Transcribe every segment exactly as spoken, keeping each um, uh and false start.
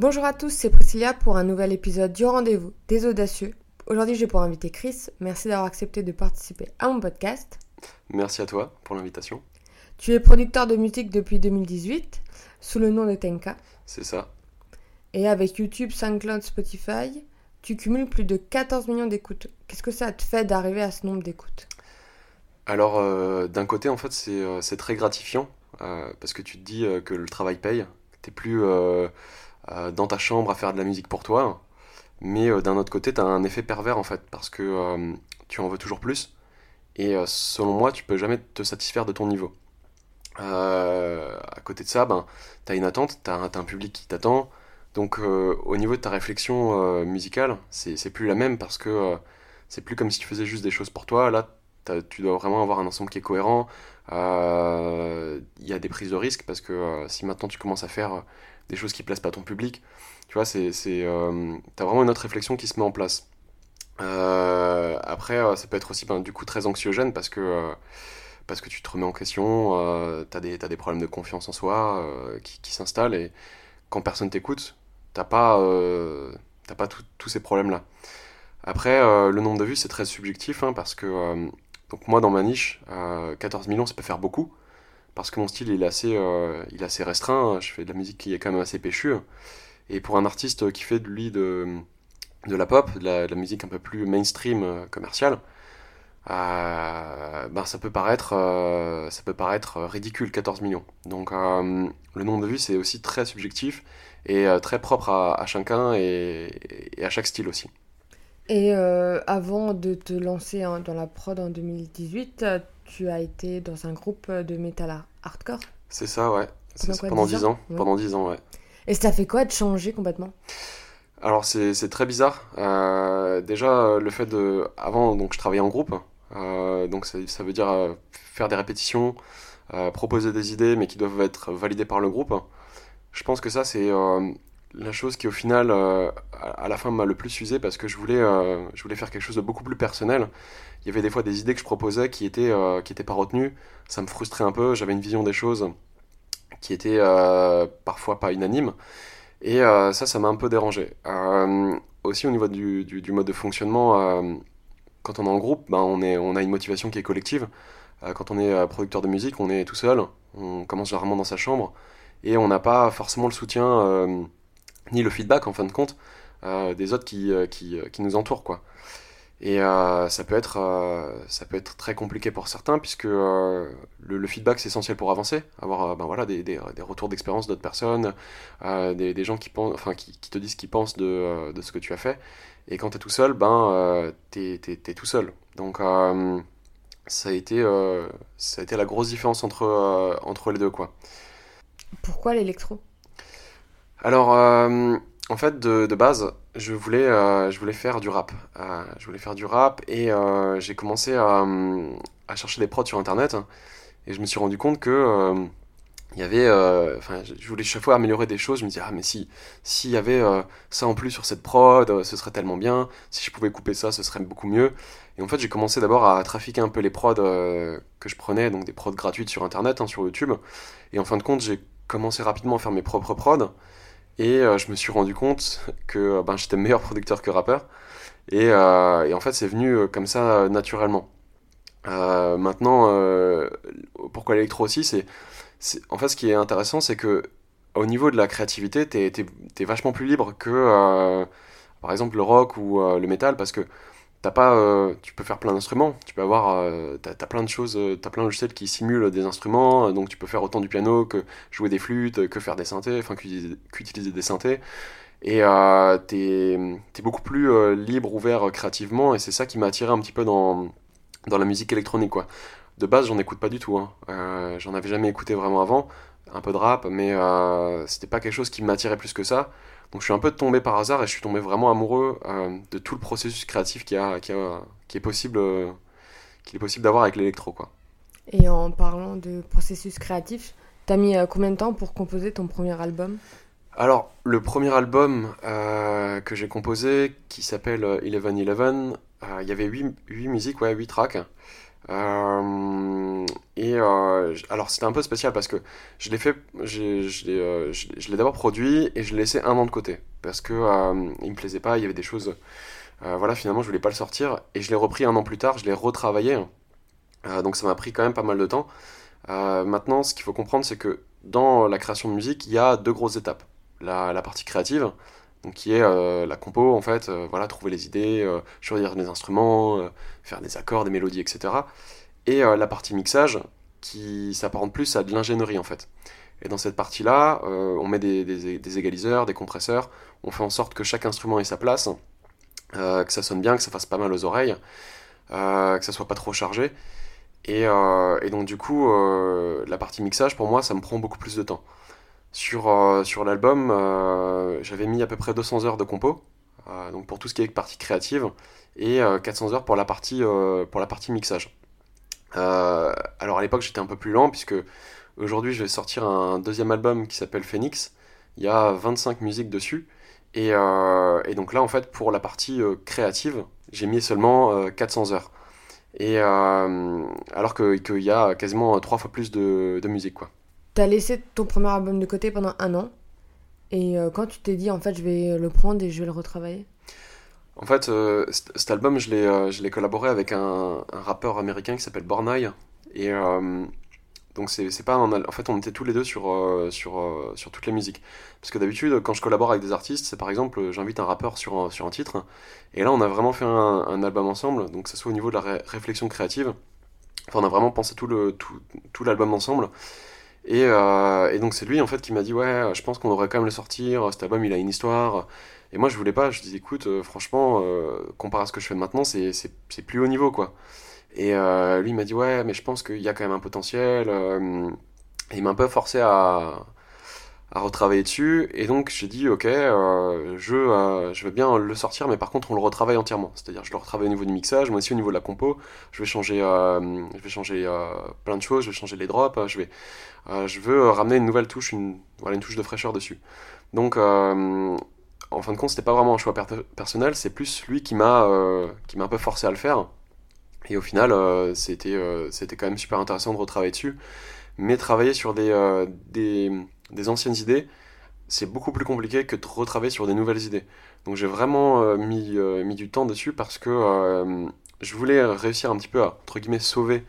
Bonjour à tous, c'est Priscilla pour un nouvel épisode du Rendez-vous des Audacieux. Aujourd'hui, j'ai pour inviter Chris. Merci d'avoir accepté de participer à mon podcast. Merci à toi pour l'invitation. Tu es producteur de musique depuis deux mille dix-huit, sous le nom de Tenka. C'est ça. Et avec YouTube, SoundCloud, Spotify, tu cumules plus de quatorze millions d'écoutes. Qu'est-ce que ça te fait d'arriver à ce nombre d'écoutes ? Alors, euh, d'un côté, en fait, c'est, euh, c'est très gratifiant, euh, parce que tu te dis euh, que le travail paye. T'es plus euh, euh, dans ta chambre à faire de la musique pour toi. Mais euh, d'un autre côté, t'as un effet pervers, en fait, parce que euh, tu en veux toujours plus. Et euh, selon moi, tu peux jamais te satisfaire de ton niveau. Euh, à côté de ça, ben, t'as une attente, t'as un, t'as un public qui t'attend. Donc, euh, au niveau de ta réflexion euh, musicale, c'est, c'est plus la même parce que euh, c'est plus comme si tu faisais juste des choses pour toi. Là, t'as- tu dois vraiment avoir un ensemble qui est cohérent. Euh, Il y a des prises de risques parce que euh, si maintenant tu commences à faire euh, des choses qui plaisent pas à ton public, tu vois, c'est, c'est, euh, t'as vraiment une autre réflexion qui se met en place. Euh, après, euh, ça peut être aussi ben, du coup très anxiogène parce que euh, parce que tu te remets en question, euh, t'as des, t'as des problèmes de confiance en soi euh, qui, qui s'installent et quand personne t'écoute, t'as pas, euh, t'as pas tout- tous ces problèmes-là. Après, euh, le nombre de vues, c'est très subjectif hein, parce que euh, donc moi, dans ma niche, euh, quatorze millions, ça peut faire beaucoup parce que mon style, il est assez, euh, il est assez restreint. Je fais de la musique qui est quand même assez péchue. Et pour un artiste qui fait de lui de, de la pop, de la, de la musique un peu plus mainstream, euh, commerciale, euh, ben ça peut paraître, euh, ça peut paraître ridicule, quatorze millions. Donc euh, le nombre de vues, c'est aussi très subjectif et euh, très propre à, à chacun et, et à chaque style aussi. Et euh, avant de te lancer hein, dans la prod en deux mille dix-huit, euh, tu as été dans un groupe de metal ar- hardcore. C'est ça, ouais. C'est Pendant ça, quoi, pendant dix dix ans ans. Oui. Pendant dix ans, ouais. Et ça fait quoi de changer complètement ? Alors c'est c'est très bizarre. Euh, déjà euh, le fait de avant donc je travaillais en groupe, euh, donc ça, ça veut dire euh, faire des répétitions, euh, proposer des idées mais qui doivent être validées par le groupe. Je pense que ça c'est euh, la chose qui au final euh, à à la fin m'a le plus usé parce que je voulais euh, je voulais faire quelque chose de beaucoup plus personnel. Il y avait des fois des idées que je proposais qui étaient euh, qui étaient pas retenues. Ça me frustrait un peu. J'avais une vision des choses qui était euh, parfois pas unanime. Et euh, ça, ça m'a un peu dérangé. Euh, aussi au niveau du, du, du mode de fonctionnement, euh, quand on est en groupe, ben, on, est, on a une motivation qui est collective. Euh, quand on est euh, producteur de musique, on est tout seul, on commence généralement dans sa chambre, et on n'a pas forcément le soutien, euh, ni le feedback en fin de compte, euh, des autres qui, euh, qui, euh, qui nous entourent, quoi. Et euh, ça peut être, euh, ça peut être très compliqué pour certains, puisque euh, le, le feedback c'est essentiel pour avancer, avoir euh, ben voilà, des, des, des retours d'expérience d'autres personnes, euh, des, des gens qui, pensent, enfin, qui, qui te disent ce qu'ils pensent de, euh, de ce que tu as fait. Et quand tu es tout seul, ben, euh, t'es, t'es, t'es tout seul. Donc euh, ça, a été, euh, ça a été la grosse différence entre, euh, entre les deux, quoi. Pourquoi l'électro ? Alors, euh, en fait, de, de base, je voulais, euh, je voulais faire du rap. Euh, je voulais faire du rap et euh, j'ai commencé à, euh, à chercher des prods sur Internet et je me suis rendu compte que euh, il y avait, euh, enfin, je je voulais chaque fois améliorer des choses. Je me disais, ah, mais si, s'il y avait euh, ça en plus sur cette prod, euh, ce serait tellement bien. Si je pouvais couper ça, ce serait beaucoup mieux. Et en fait, j'ai commencé d'abord à trafiquer un peu les prods euh, que je prenais, donc des prods gratuites sur Internet, hein, sur YouTube. Et en fin de compte, j'ai commencé rapidement à faire mes propres prods. Et euh, je me suis rendu compte que euh, ben, j'étais meilleur producteur que rappeur. Et, euh, et en fait, c'est venu euh, comme ça euh, naturellement. Euh, maintenant, euh, pourquoi l'électro aussi, c'est, c'est- en fait, ce qui est intéressant, c'est que au niveau de la créativité, t'es, t'es, t'es vachement plus libre que, euh, par exemple, le rock ou euh, le métal, parce que t'as pas, euh, tu peux faire plein d'instruments. Tu peux avoir, euh, t'as, t'as plein de choses, euh, t'as plein de logiciels qui simulent des instruments, euh, donc tu peux faire autant du piano que jouer des flûtes, euh, que faire des synthés, enfin qu'utiliser, qu'utiliser des synthés. Et euh, t'es, t'es beaucoup plus euh, libre, ouvert euh, créativement, et c'est ça qui m'a attiré un petit peu dans, dans la musique électronique, quoi. De base, j'en écoute pas du tout, hein. Euh, j'en avais jamais écouté vraiment avant, un peu de rap, mais euh, c'était pas quelque chose qui m'attirait plus que ça. Donc je suis un peu tombé par hasard et je suis tombé vraiment amoureux euh, de tout le processus créatif qui, a, qui, a, qui est possible, euh, qu'il est possible d'avoir avec l'électro, quoi. Et en parlant de processus créatif, t'as mis euh, combien de temps pour composer ton premier album ? Alors, le premier album euh, que j'ai composé, qui s'appelle euh, Eleven Eleven, euh, il y avait huit huit musiques, ouais, huit tracks. Euh, et euh, j- alors c'était un peu spécial parce que je l'ai fait, j'ai- je l'ai euh, je l'ai- je l'ai d'abord produit et je l'ai laissé un an de côté parce que euh, il me plaisait pas, il y avait des choses, euh, voilà, finalement je voulais pas le sortir et je l'ai repris un an plus tard, je l'ai retravaillé. Euh, donc ça m'a pris quand même pas mal de temps. Euh, maintenant, ce qu'il faut comprendre, c'est que dans la création de musique, il y a deux grosses étapes. La, la partie créative, donc qui est euh, la compo, en fait, euh, voilà, trouver les idées, euh, choisir des instruments, euh, faire des accords, des mélodies, et cetera. Et euh, la partie mixage, qui s'apparente plus à de l'ingénierie, en fait. Et dans cette partie-là, euh, on met des, des- des égaliseurs, des compresseurs, on fait en sorte que chaque instrument ait sa place, euh, que ça sonne bien, que ça fasse pas mal aux oreilles, euh, que ça soit pas trop chargé. Et, euh, et donc du coup, euh, la partie mixage, pour moi, ça me prend beaucoup plus de temps. Sur, euh, sur l'album, euh, j'avais mis à peu près deux cents heures de compo, euh, donc pour tout ce qui est partie créative, et euh, quatre cents heures pour la partie, euh, pour la partie mixage. Euh, alors à l'époque, j'étais un peu plus lent, puisque aujourd'hui, je vais sortir un deuxième album qui s'appelle Phoenix. Il y a vingt-cinq musiques dessus. Et, euh, et donc là, en fait, pour la partie euh, créative, j'ai mis seulement euh, quatre cents heures. Et euh, alors que- qu'il y a quasiment trois fois plus de, de musique, quoi. T'as laissé ton premier album de côté pendant un an. Et euh, quand tu t'es dit, en fait, je vais le prendre et je vais le retravailler. En fait, euh, cet cet album, je l'ai euh, je l'ai collaboré avec un, un rappeur américain qui s'appelle Born Eye. Et euh, donc, c'est c'est pas un al- en fait, on était tous les deux sur, euh, sur, euh, sur toutes les musiques. Parce que d'habitude, quand je collabore avec des artistes, c'est par exemple, j'invite un rappeur sur un, sur un titre. Et là, on a vraiment fait un, un album ensemble. Donc, que ce soit au niveau de la ré- réflexion créative. Enfin, on a vraiment pensé tout le, tout, tout l'album ensemble. Et, euh, et donc c'est lui en fait qui m'a dit ouais je pense qu'on devrait quand même le sortir, cet album il a une histoire. Et moi je voulais pas, je dis écoute euh, franchement euh, comparé à ce que je fais maintenant c'est, c'est, c'est plus haut niveau quoi. Et euh, lui il m'a dit ouais mais je pense qu'il y a quand même un potentiel. euh, et il m'a un peu forcé à, à retravailler dessus. Et donc j'ai dit ok euh, je, euh, je veux bien le sortir mais par contre on le retravaille entièrement. C'est-à-dire je le retravaille au niveau du mixage, moi aussi au niveau de la compo. Je vais changer, euh, je vais changer euh, plein de choses, je vais changer les drops, je vais euh, je veux ramener une nouvelle touche, une, voilà, une touche de fraîcheur dessus. Donc, euh, en fin de compte, c'était pas vraiment un choix per- personnel, c'est plus lui qui m'a euh, qui m'a un peu forcé à le faire. Et au final, euh, c'était euh, c'était quand même super intéressant de retravailler dessus. Mais travailler sur des, euh, des, des anciennes idées, c'est beaucoup plus compliqué que de retravailler sur des nouvelles idées. Donc j'ai vraiment euh, mis, euh, mis du temps dessus parce que euh, je voulais réussir un petit peu à, entre guillemets, sauver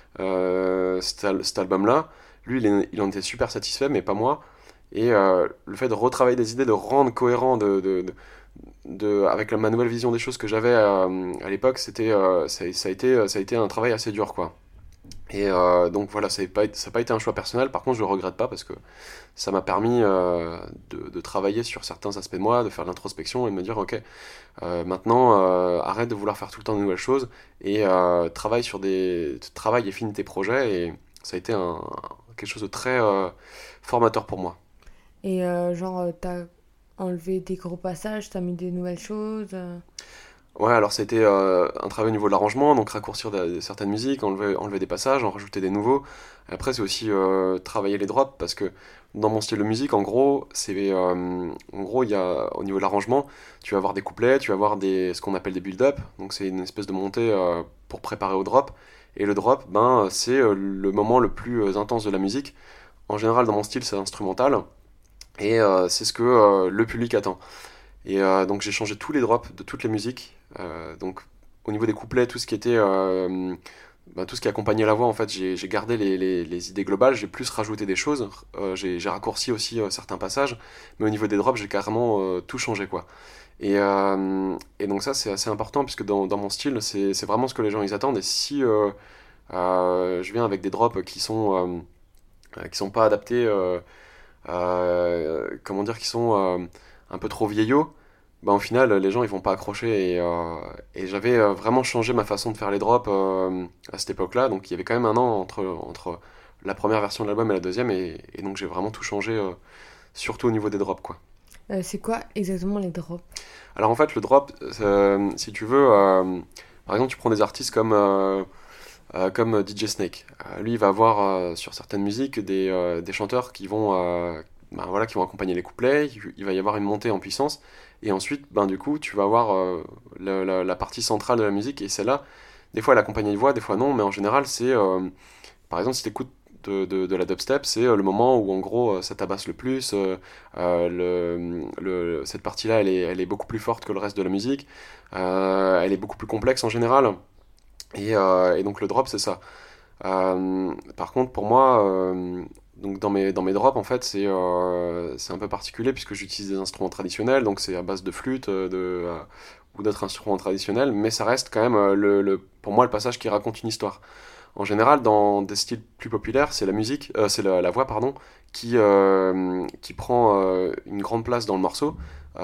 euh, cet, al- cet album-là. Lui, il, est- il en était super satisfait, mais pas moi. Et euh, le fait de retravailler des idées, de rendre cohérent de, de, de- de- avec la- ma nouvelle vision des choses que j'avais euh, à l'époque, c'était, euh, ça, ça a été, ça a été un travail assez dur, quoi. Et euh, donc voilà, ça n'a pas, été- ça a pas été un choix personnel. Par contre, je le regrette pas parce que ça m'a permis euh, de, de travailler sur certains aspects de moi, de faire de l'introspection et de me dire, ok, euh, maintenant, euh, arrête de vouloir faire tout le temps de nouvelles choses et euh, travaille sur des, travaille et finis tes projets. Et ça a été un, quelque chose de très euh, formateur pour moi. Et euh, genre, euh, t'as enlevé des gros passages, t'as mis des nouvelles choses. euh. Ouais, alors c'était euh, un travail au niveau de l'arrangement, donc raccourcir de- certaines musiques, enlever, enlever des passages, en rajouter des nouveaux. Après, c'est aussi euh, travailler les drops, parce que dans mon style de musique, en gros, c'est euh, en gros, il y a au niveau de l'arrangement, tu vas avoir des couplets, tu vas avoir des ce qu'on appelle des build-up, donc c'est une espèce de montée euh, pour préparer au drop. Et le drop, ben, c'est euh, le moment le plus euh, intense de la musique. En général, dans mon style, c'est instrumental, et euh, c'est ce que euh, le public attend. Et euh, donc j'ai changé tous les drops de toutes les musiques. Euh, donc au niveau des couplets, tout ce qui était, euh, bah, tout ce qui accompagnait la voix, en fait, j'ai j'ai gardé les, les- les idées globales. J'ai plus rajouté des choses. Euh, j'ai j'ai raccourci aussi euh, certains passages. Mais au niveau des drops, j'ai carrément euh, tout changé, quoi. Et, euh, et donc ça, c'est assez important puisque dans, dans mon style, c'est c'est vraiment ce que les gens ils attendent. Et si euh, euh, je viens avec des drops qui sont euh, qui sont pas adaptés, euh, euh, comment dire, qui sont euh, un peu trop vieillots, bah, au final, les gens ils vont pas accrocher. Et, euh, et j'avais euh, vraiment changé ma façon de faire les drops euh, à cette époque-là. Donc il y avait quand même un an entre, entre la première version de l'album et la deuxième. Et, et donc j'ai vraiment tout changé, euh, surtout au niveau des drops, quoi. Euh, c'est quoi exactement les drops? Alors en fait, le drop, euh, si tu veux, euh, par exemple, tu prends des artistes comme, euh, euh, comme D J Snake. Euh, lui, il va avoir euh, sur certaines musiques des, euh, des chanteurs qui vont, euh, ben, voilà, qui vont accompagner les couplets. Il, il va y avoir une montée en puissance. Et ensuite, ben, du coup, tu vas avoir euh, le- la, la partie centrale de la musique. Et celle-là, Des fois, elle est accompagnée de voix, des fois non, mais en général, c'est... euh, par exemple, si tu écoutes de, de, de la dubstep, c'est euh, le moment où, en gros, euh, ça tabasse le plus. euh, euh, le, le- cette partie-là, elle est, elle est beaucoup plus forte que le reste de la musique. Euh, elle est beaucoup plus complexe en général. Et, euh, et donc, le drop, c'est ça. Euh, par contre, pour moi, euh, donc dans mes, dans mes drops, en fait, c'est euh, c'est un peu particulier puisque j'utilise des instruments traditionnels, donc c'est à base de flûte euh, de, euh, ou d'autres instruments traditionnels, mais ça reste quand même, euh, le, le- pour moi, le passage qui raconte une histoire. En général, dans des styles plus populaires, c'est la musique, euh, c'est la, la voix, pardon, qui, euh, qui prend euh, une grande place dans le morceau.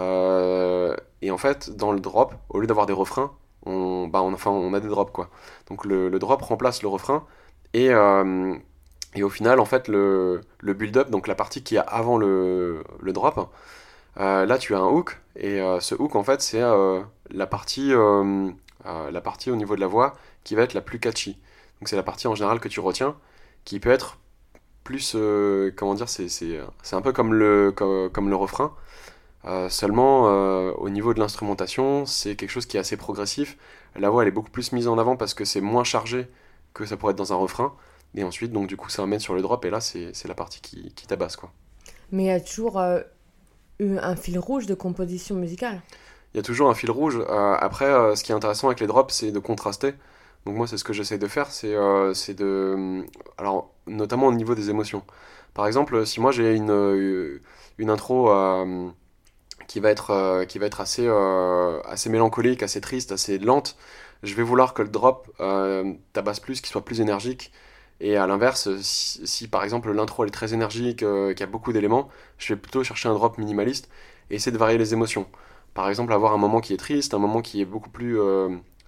Euh, et en fait, dans le drop, au lieu d'avoir des refrains, on, bah, on, enfin, on a des drops, quoi. Donc le, le drop remplace le refrain. Et, euh, et au final, en fait, le, le build-up, donc la partie qui est avant le, le drop, euh, là, tu as un hook. Et euh, ce hook, en fait, c'est euh, la partie, euh, euh, la partie au niveau de la voix qui va être la plus catchy. Donc c'est la partie en général que tu retiens, qui peut être plus, euh, comment dire, c'est, c'est, c'est un peu comme le, comme, comme le refrain. Euh, seulement, euh, au niveau de l'instrumentation, c'est quelque chose qui est assez progressif. La voix, elle est beaucoup plus mise en avant parce que c'est moins chargé que ça pourrait être dans un refrain. Et ensuite, donc du coup, ça amène sur le drop, et là, c'est, c'est la partie qui, qui tabasse, quoi. Mais il y a toujours euh, eu un fil rouge de composition musicale. Il y a toujours un fil rouge. Euh, après, euh, ce qui est intéressant avec les drops, c'est de contraster. Donc moi, c'est ce que j'essaie de faire, c'est euh, c'est de... Alors, notamment au niveau des émotions. Par exemple, si moi j'ai une, euh, une intro euh, qui va être, euh, qui va être assez, euh, assez mélancolique, assez triste, assez lente, je vais vouloir que le drop euh, tabasse plus, qu'il soit plus énergique. Et à l'inverse, si, si, par exemple l'intro elle est très énergique, euh, qu'il y a beaucoup d'éléments, je vais plutôt chercher un drop minimaliste et essayer de varier les émotions. Par exemple, avoir un moment qui est triste, un moment qui est beaucoup plus euh,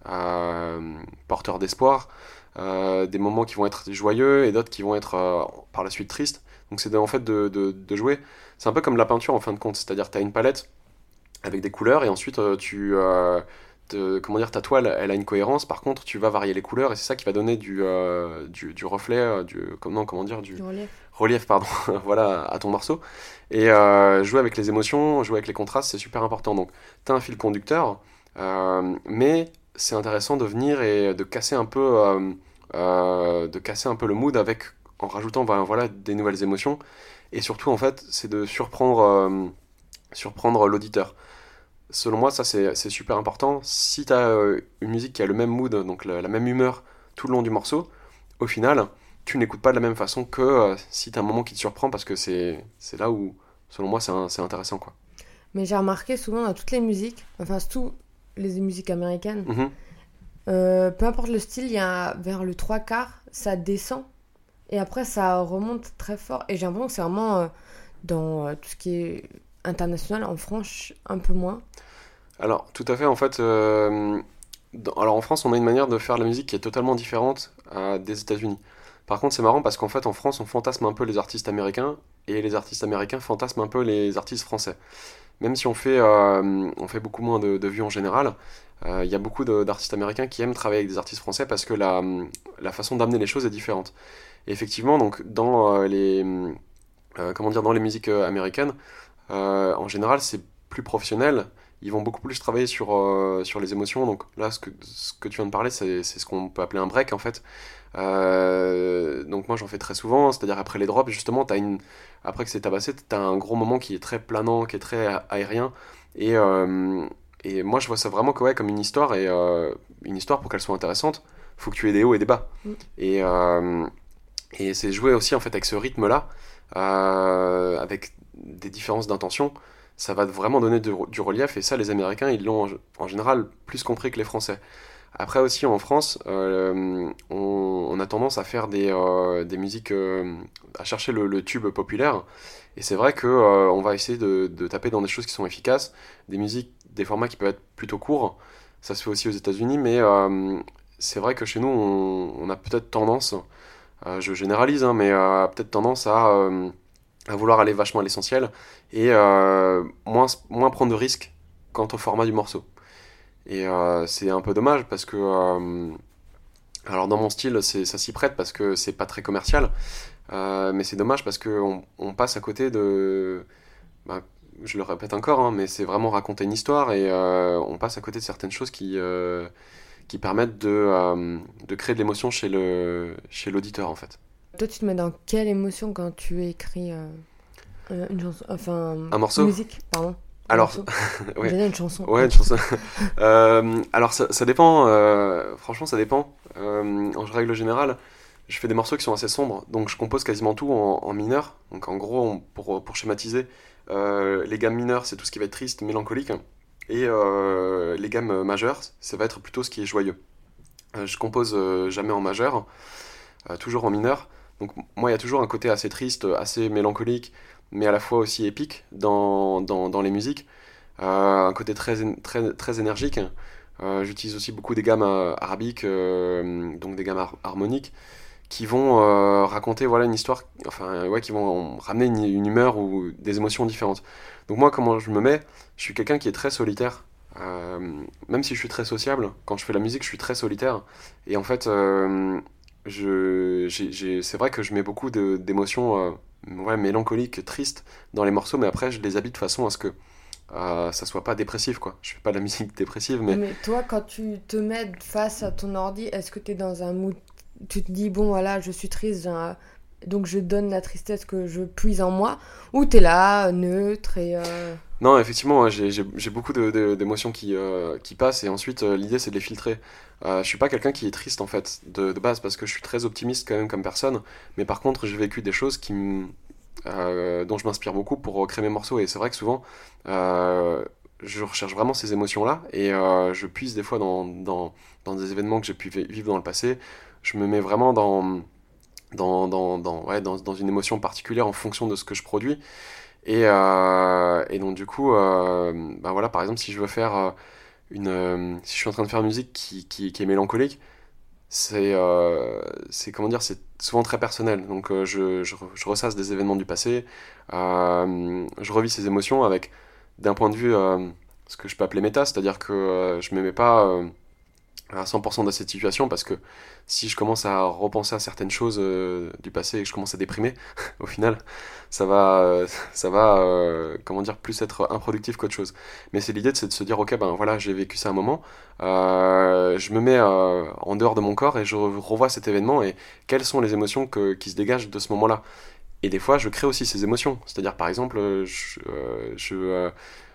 euh, porteur d'espoir, euh, des moments qui vont être joyeux et d'autres qui vont être euh, par la suite tristes. Donc c'est de- en fait de, de, de jouer. C'est un peu comme la peinture en fin de compte, c'est-à-dire tu as une palette avec des couleurs et ensuite euh, tu euh, te- comment dire, ta toile elle a une cohérence. Par contre tu vas varier les couleurs et c'est ça qui va donner du, euh, du, du reflet, euh, du comment comment dire, du Du relief. relief, pardon, voilà, à ton morceau. Et euh, jouer avec les émotions, jouer avec les contrastes, c'est super important. Donc tu as un fil conducteur, euh, mais c'est intéressant de venir et de casser un peu euh, euh, de casser un peu le mood avec en rajoutant, ben, voilà, des nouvelles émotions. Et surtout en fait c'est de surprendre euh, surprendre l'auditeur. Selon moi, ça c'est c'est super important. Si tu as euh, une musique qui a le même mood, donc la, la même humeur tout le long du morceau, au final, tu n'écoutes pas de la même façon que euh, si tu as un moment qui te surprend, parce que c'est c'est là où, selon moi, c'est un- c'est intéressant, quoi. Mais j'ai remarqué souvent dans toutes les musiques, enfin surtout les musiques américaines, Mhm. euh, peu importe le style, il y a vers le trois quarts, ça descend. Et après, ça remonte très fort. Et j'ai l'impression que c'est vraiment euh, dans euh, tout ce qui est international, en France, un peu moins. Alors, tout à fait, en fait, euh, dans- alors en France, on a une manière de faire la musique qui est totalement différente euh, des États-Unis. Par contre, c'est marrant parce qu'en fait, en France, on fantasme un peu les artistes américains et les artistes américains fantasment un peu les artistes français. Même si on fait, euh, on fait beaucoup moins de, de vues en général, euh, il y a beaucoup de- d'artistes américains qui aiment travailler avec des artistes français parce que la, la façon d'amener les choses est différente. Et effectivement, donc dans euh, les, euh, comment dire, dans les musiques euh, américaines, euh, en général, c'est plus professionnel. Ils vont beaucoup plus travailler sur, euh, sur les émotions. Donc là, ce que, ce que tu viens de parler, c'est c'est ce qu'on peut appeler un break en fait. Euh, donc moi, j'en fais très souvent. C'est-à-dire après les drops, justement, t'as une... après que c'est tabassé, tu as un gros moment qui est très planant, qui est très a- aérien. Et, euh, et moi, je vois ça vraiment que, ouais, comme une histoire. Et euh, une histoire, pour qu'elle soit intéressante, faut que tu aies des hauts et des bas. Mm. Et, euh, et c'est jouer aussi en fait avec ce rythme-là, euh, avec des différences d'intention. Ça va vraiment donner du, du relief, et ça, les Américains, ils l'ont en, en général plus compris que les Français. Après aussi, en France, euh, on, on a tendance à faire des, euh, des musiques, euh, à chercher le, le tube populaire. Et c'est vrai que euh, on va essayer de, de taper dans des choses qui sont efficaces, des musiques, des formats qui peuvent être plutôt courts. Ça se fait aussi aux États-Unis, mais euh, c'est vrai que chez nous, on, on a peut-être tendance, euh, je généralise, hein, mais euh, peut-être tendance à, euh, à vouloir aller vachement à l'essentiel et euh, moins, moins prendre de risques quant au format du morceau. Et euh, c'est un peu dommage parce que, euh, alors dans mon style, c'est, ça s'y prête parce que c'est pas très commercial, euh, mais c'est dommage parce qu'on on passe à côté de, bah, je le répète encore, hein, mais c'est vraiment raconter une histoire et euh, on passe à côté de certaines choses qui, euh, qui permettent de, euh, de créer de l'émotion chez, le, chez l'auditeur en fait. Toi, tu te mets dans quelle émotion quand tu écris euh, euh, une chanson, enfin, Un morceau une musique, pardon. Un Alors, morceau. ouais. J'allais dire une chanson. Ouais, une chanson. Euh, alors, ça, ça dépend. euh, franchement, ça dépend. Euh, en règle générale, je fais des morceaux qui sont assez sombres, donc je compose quasiment tout en, en mineur. Donc, en gros, on- pour, pour schématiser, euh, les gammes mineures, c'est tout ce qui va être triste, mélancolique, et euh, les gammes majeures, ça va être plutôt ce qui est joyeux. Euh, je compose euh, jamais en majeur, euh, toujours en mineur. Donc, moi, il y a toujours un côté assez triste, assez mélancolique, mais à la fois aussi épique dans, dans, dans les musiques. Euh, un côté très, é- très, très énergique. Euh, j'utilise aussi beaucoup des gammes euh, arabiques, euh, donc des gammes har- harmoniques, qui vont euh, raconter voilà, une histoire, enfin, ouais, qui vont ramener une, une humeur ou des émotions différentes. Donc moi, comment je me mets? Je suis quelqu'un qui est très solitaire. Euh, même si je suis très sociable, quand je fais la musique, je suis très solitaire. Et en fait, euh, je, j'ai, j'ai- c'est vrai que je mets beaucoup de- d'émotions euh, ouais, mélancoliques, tristes dans les morceaux, mais après, je les habille de façon à ce que euh, ça soit pas dépressif, quoi. Je fais pas de la musique dépressive, mais Mais toi, quand tu te mets face à ton ordi, est-ce que tu es dans un mood, tu te dis, bon, voilà, je suis triste, j'ai un- donc je donne la tristesse que je puise en moi, ou tu es là, neutre, et... euh, non, effectivement, ouais, j'ai j'ai- j'ai beaucoup de- de- d'émotions qui, euh, qui passent et ensuite euh, l'idée c'est de les filtrer. Euh, je suis pas quelqu'un qui est triste en fait de, de base parce que je suis très optimiste quand même comme personne, mais par contre j'ai vécu des choses qui m- euh, dont je m'inspire beaucoup pour créer mes morceaux et c'est vrai que souvent euh, je recherche vraiment ces émotions-là et euh, je puise des fois dans, dans, dans des événements que j'ai pu vi- vivre dans le passé. Je me mets vraiment dans, dans, dans, dans, ouais, dans, dans une émotion particulière en fonction de ce que je produis. Et, euh, et donc du coup, euh, bah voilà, par exemple, si je veux faire euh, une, euh, si je suis en train de faire une musique qui, qui, qui est mélancolique, c'est, euh, c'est comment dire, c'est souvent très personnel. Donc euh, je, je, re- je ressasse des événements du passé, euh, je revis ces émotions avec, d'un point de vue, euh, ce que je peux appeler méta, c'est-à-dire que euh, je me mets pas euh, à cent pour cent dans cette situation parce que si je commence à repenser à certaines choses euh, du passé et que je commence à déprimer, au final, ça va, euh, ça va euh, comment dire, plus être improductif qu'autre chose. Mais c'est l'idée, c'est de se dire, ok, ben voilà, j'ai vécu ça un moment, euh, je me mets euh, en dehors de mon corps et je revois cet événement et quelles sont les émotions que, qui se dégagent de ce moment-là. Et des fois, je crée aussi ces émotions. C'est-à-dire, par exemple, euh, je, euh, je, euh,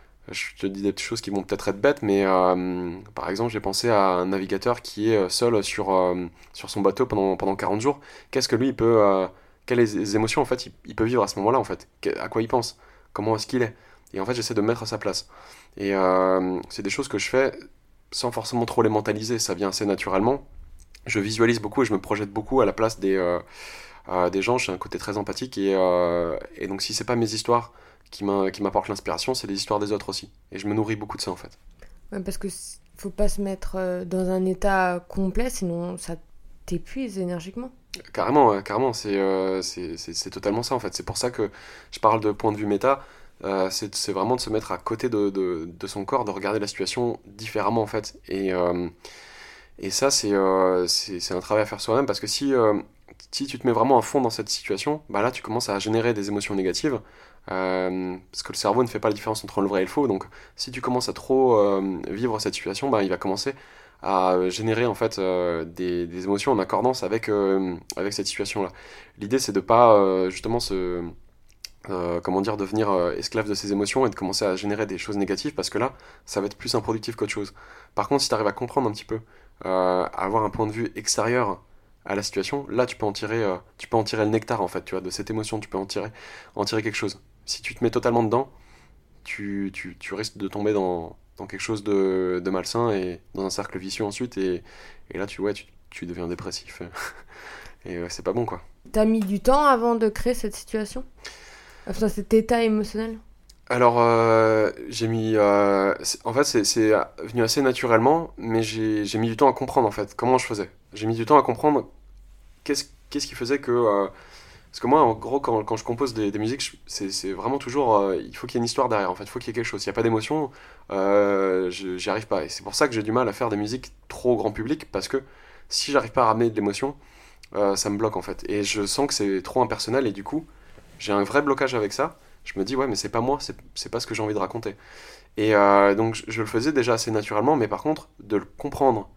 je te dis des petites choses qui vont peut-être être bêtes, mais euh, par exemple, j'ai pensé à un navigateur qui est euh, seul sur, euh, sur son bateau pendant, pendant quarante jours. Qu'est-ce que lui, il peut. Euh, quelles émotions, en fait, il, il peut vivre à ce moment-là, en fait? À quoi il pense? Comment est-ce qu'il est? Et en fait, j'essaie de me mettre à sa place. Et euh, c'est des choses que je fais sans forcément trop les mentaliser. Ça vient assez naturellement. Je visualise beaucoup et je me projette beaucoup à la place des, euh, euh, des gens. J'ai un côté très empathique. Et, euh, et donc, si c'est pas mes histoires qui m'in- qui m'apportent l'inspiration, c'est les histoires des autres aussi. Et je me nourris beaucoup de ça, en fait. ouais, parce que s- faut pas se mettre euh, dans un état complet, sinon ça t'épuise énergiquement. Carrément, ouais, carrément, c'est euh, c'est c'est- c'est totalement ça en fait. C'est pour ça que je parle de point de vue méta. Euh, c'est c'est vraiment de se mettre à côté de, de, de son corps, de regarder la situation différemment en fait. Et, euh, et ça, c'est euh, c'est c'est un travail à faire soi-même parce que si, euh, si tu te mets vraiment à fond dans cette situation, bah là tu commences à générer des émotions négatives. Euh, parce que le cerveau ne fait pas la différence entre le vrai et le faux. Donc si tu commences à trop euh, vivre cette situation, bah, il va commencer à générer en fait euh, des, des émotions en accordance avec, euh, avec cette situation-là. L'idée c'est de pas euh, justement se, euh, comment dire, devenir euh, esclave de ses émotions et de commencer à générer des choses négatives parce que là ça va être plus improductif qu'autre chose. Par contre si tu arrives à comprendre un petit peu, euh, à avoir un point de vue extérieur à la situation, là tu peux en tirer, euh, tu peux en tirer le nectar en fait, tu vois, de cette émotion, tu peux en tirer, en tirer quelque chose. Si tu te mets totalement dedans, tu, tu, tu risques de tomber dans, dans quelque chose de, de malsain et dans un cercle vicieux ensuite. Et, et là, tu, ouais, tu, tu deviens dépressif. Et euh, c'est pas bon, quoi. T'as mis du temps avant de créer cette situation? Enfin, cet état émotionnel? Alors, euh, j'ai mis. Euh, c'est- en fait, c'est c'est venu assez naturellement, mais j'ai j'ai mis du temps à comprendre, en fait, comment je faisais. J'ai mis du temps à comprendre qu'est-ce qu'est-ce qui faisait que. euh, Parce que moi, en gros, quand, quand je compose des, des musiques, je- c'est c'est vraiment toujours. Euh, il faut qu'il y ait une histoire derrière, en fait. Il faut qu'il y ait quelque chose. S'il n'y a pas d'émotion, euh, je- j'y arrive pas. Et c'est pour ça que j'ai du mal à faire des musiques trop grand public, parce que si j'arrive pas à ramener de l'émotion, euh, ça me bloque, en fait. Et je sens que c'est trop impersonnel, et du coup, j'ai un vrai blocage avec ça. Je me dis, ouais, mais c'est pas moi, c'est c'est pas ce que j'ai envie de raconter. Et euh, donc, je, je le faisais déjà assez naturellement, mais par contre, de le comprendre, enfin,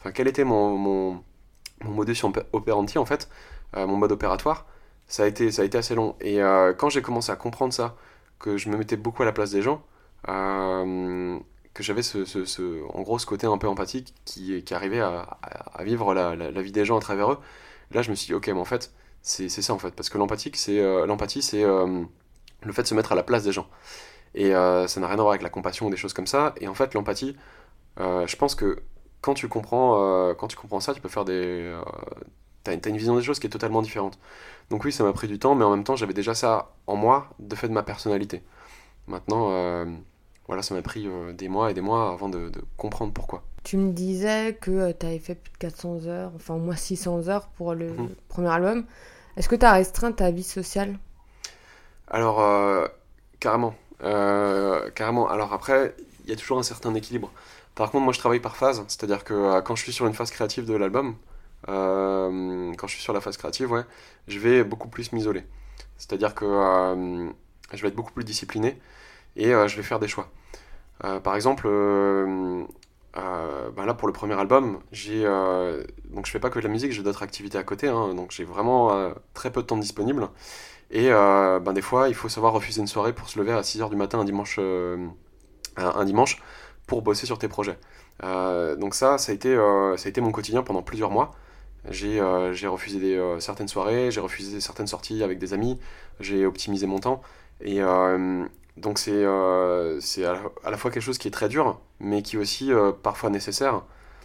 enfin, quel était mon, mon, mon modus operandi en fait, euh, mon mode opératoire, ça a été, ça a été assez long. Et euh, quand j'ai commencé à comprendre ça, que je me mettais beaucoup à la place des gens, euh, que j'avais ce, ce, ce, en gros ce côté un peu empathique qui, qui arrivait à, à, à vivre la, la, la vie des gens à travers eux, là je me suis dit ok mais en fait c'est, c'est ça en fait, parce que l'empathie c'est, euh, l'empathie, c'est euh, le fait de se mettre à la place des gens. Et euh, ça n'a rien à voir avec la compassion ou des choses comme ça. Et en fait l'empathie, euh, je pense que quand tu comprends, euh, quand tu comprends ça, tu peux faire des... Euh, t'as, t'as une vision des choses qui est totalement différente. Donc oui, ça m'a pris du temps, mais en même temps, j'avais déjà ça en moi, de fait de ma personnalité. Maintenant, euh, voilà, ça m'a pris euh, des mois et des mois avant de, de comprendre pourquoi. Tu me disais que tu avais fait plus de quatre cents heures, enfin au moins six cents heures pour le Mhm. premier album. Est-ce que tu as restreint ta vie sociale? Alors, euh, carrément. Euh, carrément. Alors après, il y a toujours un certain équilibre. Par contre, moi, je travaille par phase. C'est-à-dire que euh, quand je suis sur une phase créative de l'album, euh, quand je suis sur la phase créative, ouais, je vais beaucoup plus m'isoler. C'est-à-dire que euh, je vais être beaucoup plus discipliné et euh, je vais faire des choix. Euh, par exemple, euh, euh, ben là pour le premier album, j'ai euh, donc je fais pas que de la musique, j'ai d'autres activités à côté, hein, donc j'ai vraiment euh, très peu de temps disponible. Et euh, ben des fois, il faut savoir refuser une soirée pour se lever à six heures du matin un dimanche, euh, un, un dimanche pour bosser sur tes projets. Euh, donc ça, ça a été, euh, ça a été mon quotidien pendant plusieurs mois. J'ai euh, j'ai refusé des, euh, certaines soirées, j'ai refusé certaines sorties avec des amis, j'ai optimisé mon temps. Et euh, donc c'est euh, c'est à, la à la fois quelque chose qui est très dur, mais qui est aussi euh, parfois nécessaire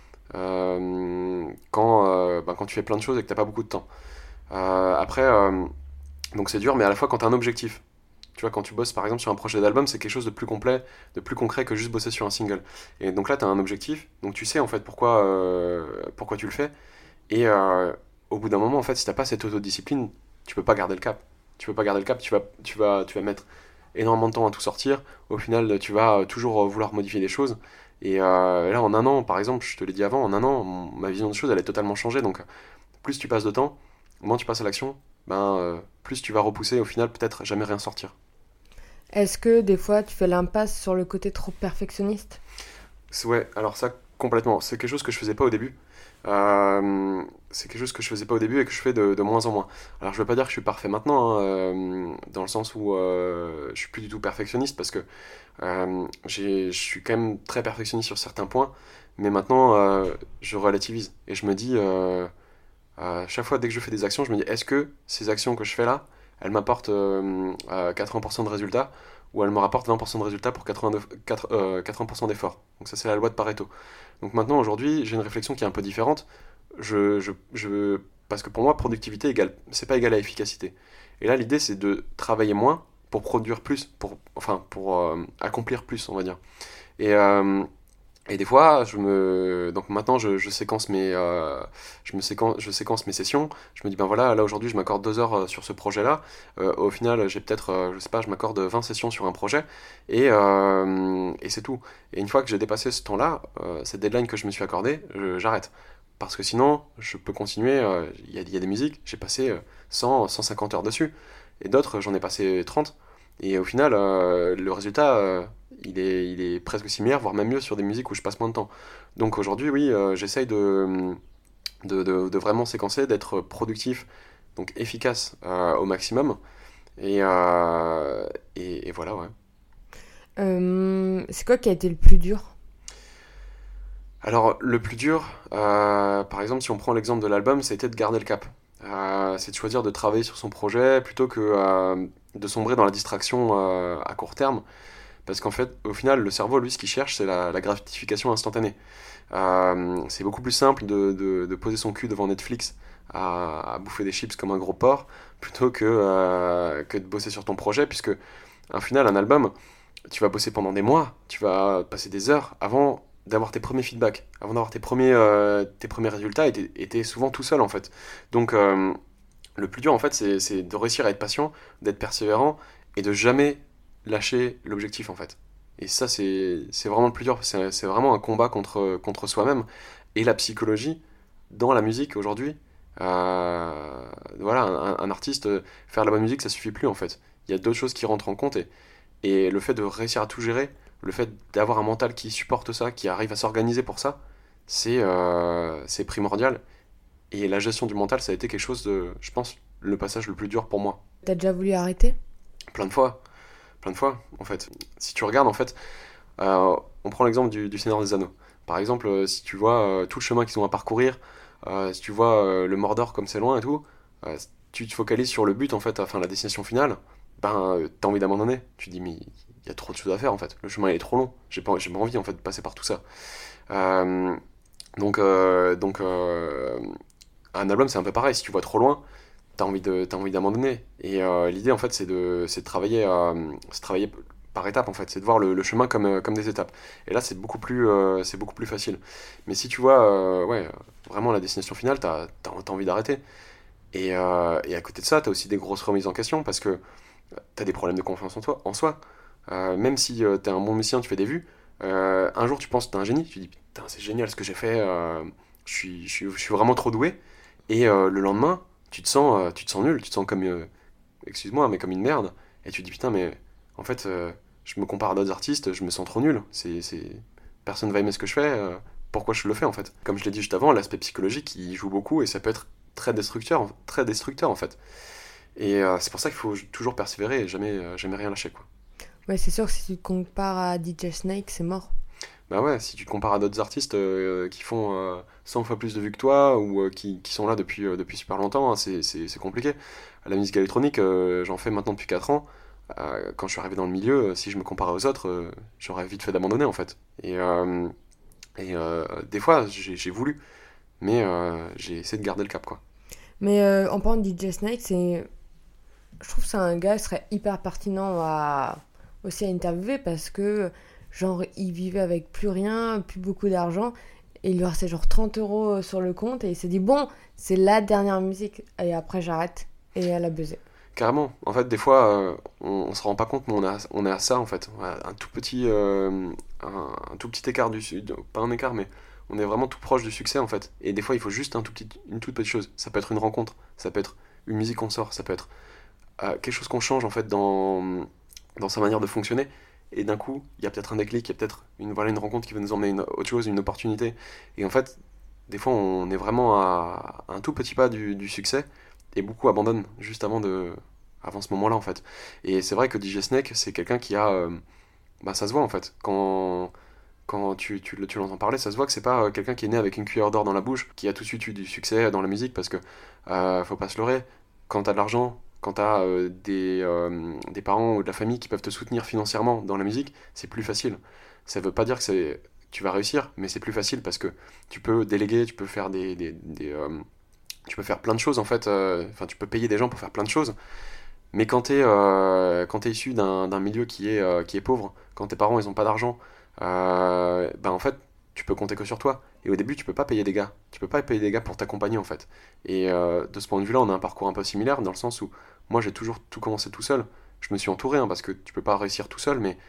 euh, quand, euh, ben, quand tu fais plein de choses et que t'as pas beaucoup de temps. Euh, après, euh, donc c'est dur, mais à la fois quand tu as un objectif. Tu vois, quand tu bosses par exemple sur un projet d'album, c'est quelque chose de plus complet, de plus concret que juste bosser sur un single. Et donc là, tu as un objectif, donc tu sais en fait pourquoi, euh, pourquoi tu le fais. Et euh, au bout d'un moment, en fait, si t'as pas cette autodiscipline, tu peux pas garder le cap. Tu peux pas garder le cap, tu vas, tu vas, tu vas mettre énormément de temps à tout sortir. Au final, tu vas toujours vouloir modifier les choses. Et euh, là, en un an, par exemple, je te l'ai dit avant, en un an, mon- ma vision des choses, elle a totalement changé. Donc, plus tu passes de temps, moins tu passes à l'action, ben, euh, plus tu vas repousser, au final, peut-être jamais rien sortir. Est-ce que des fois tu fais l'impasse sur le côté trop perfectionniste? C'est- Ouais, alors ça, complètement. C'est quelque chose que je faisais pas au début. Euh, c'est quelque chose que je faisais pas au début et que je fais de, de moins en moins. Alors je veux pas dire que je suis parfait maintenant, hein, euh, dans le sens où euh, je suis plus du tout perfectionniste parce que euh, j'ai, je suis quand même très perfectionniste sur certains points, mais maintenant euh, je relativise et je me dis, euh, à chaque fois dès que je fais des actions, je me dis est-ce que ces actions que je fais là, elles m'apportent euh, euh, quatre-vingts pour cent de résultats ou elles me rapportent vingt pour cent de résultats pour quatre-vingt-deux, quatre- euh, quatre-vingts pour cent d'efforts. Donc ça c'est la loi de Pareto. Donc maintenant aujourd'hui j'ai une réflexion qui est un peu différente. Je, je, je, parce que pour moi productivité égale, c'est pas égal à efficacité. Et là l'idée c'est de travailler moins pour produire plus, pour, enfin pour euh, accomplir plus on va dire. Et euh, et des fois, je me, donc maintenant, je, je séquence mes, euh, je me séquence, je séquence mes sessions. Je me dis ben voilà, là aujourd'hui, je m'accorde deux heures euh, sur ce projet-là. Euh, au final, j'ai peut-être, euh, je sais pas, je m'accorde vingt sessions sur un projet et euh, et c'est tout. Et une fois que j'ai dépassé ce temps-là, euh, cette deadline que je me suis accordée, je- j'arrête. Parce que sinon, je peux continuer. euh, Il y a, il y a des musiques, j'ai passé euh, cent, cent cinquante heures dessus, et d'autres, j'en ai passé trente. Et au final, euh, le résultat, euh, il est, il est presque similaire, voire même mieux sur des musiques où je passe moins de temps. Donc aujourd'hui, oui, euh, j'essaye de, de, de- de vraiment séquencer, d'être productif, donc efficace euh, au maximum. Et, euh, et, et voilà, ouais. Euh, c'est quoi qui a été le plus dur? Alors, le plus dur, euh, par exemple, si on prend l'exemple de l'album, c'était de garder le cap. Euh, c'est de choisir de travailler sur son projet plutôt que euh, de sombrer dans la distraction euh, à court terme. Parce qu'en fait, au final, le cerveau, lui, ce qu'il cherche, c'est la, la gratification instantanée. Euh, c'est beaucoup plus simple de, de- de poser son cul devant Netflix à, à bouffer des chips comme un gros porc plutôt que, euh, que de bosser sur ton projet, puisque, au final, un album, tu vas bosser pendant des mois, tu vas passer des heures avant d'avoir tes premiers feedbacks, avant d'avoir tes premiers, euh, tes premiers résultats, et t'es et t'es souvent tout seul, en fait. Donc, euh, le plus dur, en fait, c'est c'est de réussir à être patient, d'être persévérant, et de jamais lâcher l'objectif, en fait. Et ça, c'est c'est vraiment le plus dur. C'est c'est vraiment un combat contre, contre soi-même. Et la psychologie, dans la musique aujourd'hui, euh, voilà, un, un artiste, euh, faire de la bonne musique, ça suffit plus, en fait. Il y a d'autres choses qui rentrent en compte. Et, et le fait de réussir à tout gérer, le fait d'avoir un mental qui supporte ça, qui arrive à s'organiser pour ça, c'est, euh, c'est primordial. Et la gestion du mental, ça a été quelque chose de, je pense, le passage le plus dur pour moi. T'as déjà voulu arrêter? Plein de fois, plein de fois, en fait. Si tu regardes, en fait, euh, on prend l'exemple du, du Seigneur des Anneaux. Par exemple, euh, si tu vois euh, tout le chemin qu'ils ont à parcourir, euh, si tu vois euh, le Mordor comme c'est loin et tout, euh, tu te focalises sur le but, en fait, enfin la destination finale, ben, euh, t'as envie d'abandonner. Tu te dis, mais il y a trop de choses à faire, en fait. Le chemin, il est trop long. J'ai pas, j'ai pas envie, en fait, de passer par tout ça. Euh, donc, euh, donc euh, un album, c'est un peu pareil. Si tu vois trop loin, t'as envie de, t'as envie d'abandonner. Et euh, l'idée, en fait, c'est de, c'est de travailler, euh, c'est de travailler par étapes, en fait. C'est de voir le, le chemin comme, euh, comme des étapes. Et là, c'est beaucoup plus, euh, c'est beaucoup plus facile. Mais si tu vois, euh, ouais, vraiment la destination finale, t'as, t'as, t'as envie d'arrêter. Et, euh, et à côté de ça, t'as aussi des grosses remises en question parce que t'as des problèmes de confiance en toi, en soi. Euh, même si euh, t'es un bon musicien, tu fais des vues, euh, un jour tu penses que t'es un génie, tu te dis putain c'est génial ce que j'ai fait, euh, je suis, je suis, je suis vraiment trop doué. Et euh, le lendemain, tu te sens, euh, tu te sens nul, tu te sens comme, euh, excuse-moi, mais comme une merde. Et tu te dis putain mais en fait euh, je me compare à d'autres artistes, je me sens trop nul. C'est, c'est... Personne va aimer ce que je fais, euh, pourquoi je le fais en fait. Comme je l'ai dit juste avant, l'aspect psychologique il joue beaucoup et ça peut être très destructeur, très destructeur en fait. Et euh, c'est pour ça qu'il faut toujours persévérer et jamais, euh, jamais rien lâcher quoi. Ouais, c'est sûr que si tu te compares à D J Snake, c'est mort. Bah ouais, si tu te compares à d'autres artistes euh, qui font euh, cent fois plus de vues que toi ou euh, qui, qui sont là depuis, euh, depuis super longtemps, hein, c'est, c'est, c'est compliqué. La musique électronique, euh, j'en fais maintenant depuis quatre ans. Euh, quand je suis arrivé dans le milieu, euh, si je me comparais aux autres, euh, j'aurais vite fait d'abandonner en fait. Et, euh, et euh, des fois, j'ai, j'ai voulu, mais euh, j'ai essayé de garder le cap quoi. Mais euh, en parlant de D J Snake, c'est... je trouve que c'est un gars qui serait hyper pertinent à... aussi à interviewer parce que, genre, il vivait avec plus rien, plus beaucoup d'argent, et il lui restait genre trente euros sur le compte, et il s'est dit, bon, c'est la dernière musique, et après j'arrête, et elle a buzzé. Carrément. En fait, des fois, euh, on, on se rend pas compte, mais on a, on est à ça en fait. On a un tout petit, euh, un, un tout petit écart du, su- pas un écart, mais on est vraiment tout proche du succès en fait. Et des fois, il faut juste un tout petit, une toute petite chose. Ça peut être une rencontre, ça peut être une musique qu'on sort, ça peut être euh, quelque chose qu'on change en fait dans, dans sa manière de fonctionner. Et d'un coup, il y a peut-être un déclic, il y a peut-être une, voilà, une rencontre qui va nous emmener une autre chose, une opportunité. Et en fait, des fois, on est vraiment à, à un tout petit pas du, du succès et beaucoup abandonnent juste avant de avant ce moment-là en fait. Et c'est vrai que D J Snake, c'est quelqu'un qui a euh, bah ça se voit en fait quand quand tu, tu, tu l'entends parler, ça se voit que c'est pas euh, quelqu'un qui est né avec une cuillère d'or dans la bouche, qui a tout de suite eu du succès dans la musique, parce que euh, faut pas se leurrer, quand t'as de l'argent, quand t'as euh, des, euh, des parents ou de la famille qui peuvent te soutenir financièrement dans la musique, c'est plus facile. Ça veut pas dire que c'est tu vas réussir, mais c'est plus facile parce que tu peux déléguer, tu peux faire des, des, des, euh, tu peux faire plein de choses en fait, euh, enfin tu peux payer des gens pour faire plein de choses, mais quand t'es euh, quand t'es issu d'un d'un milieu qui est, euh, qui est pauvre, quand tes parents ils ont pas d'argent, euh, ben en fait tu peux compter que sur toi. Et au début tu peux pas payer des gars, tu peux pas payer des gars pour t'accompagner en fait. Et euh, de ce point de vue là on a un parcours un peu similaire dans le sens où moi j'ai toujours tout commencé tout seul. Je me suis entouré hein, parce que tu peux pas réussir tout seul, mais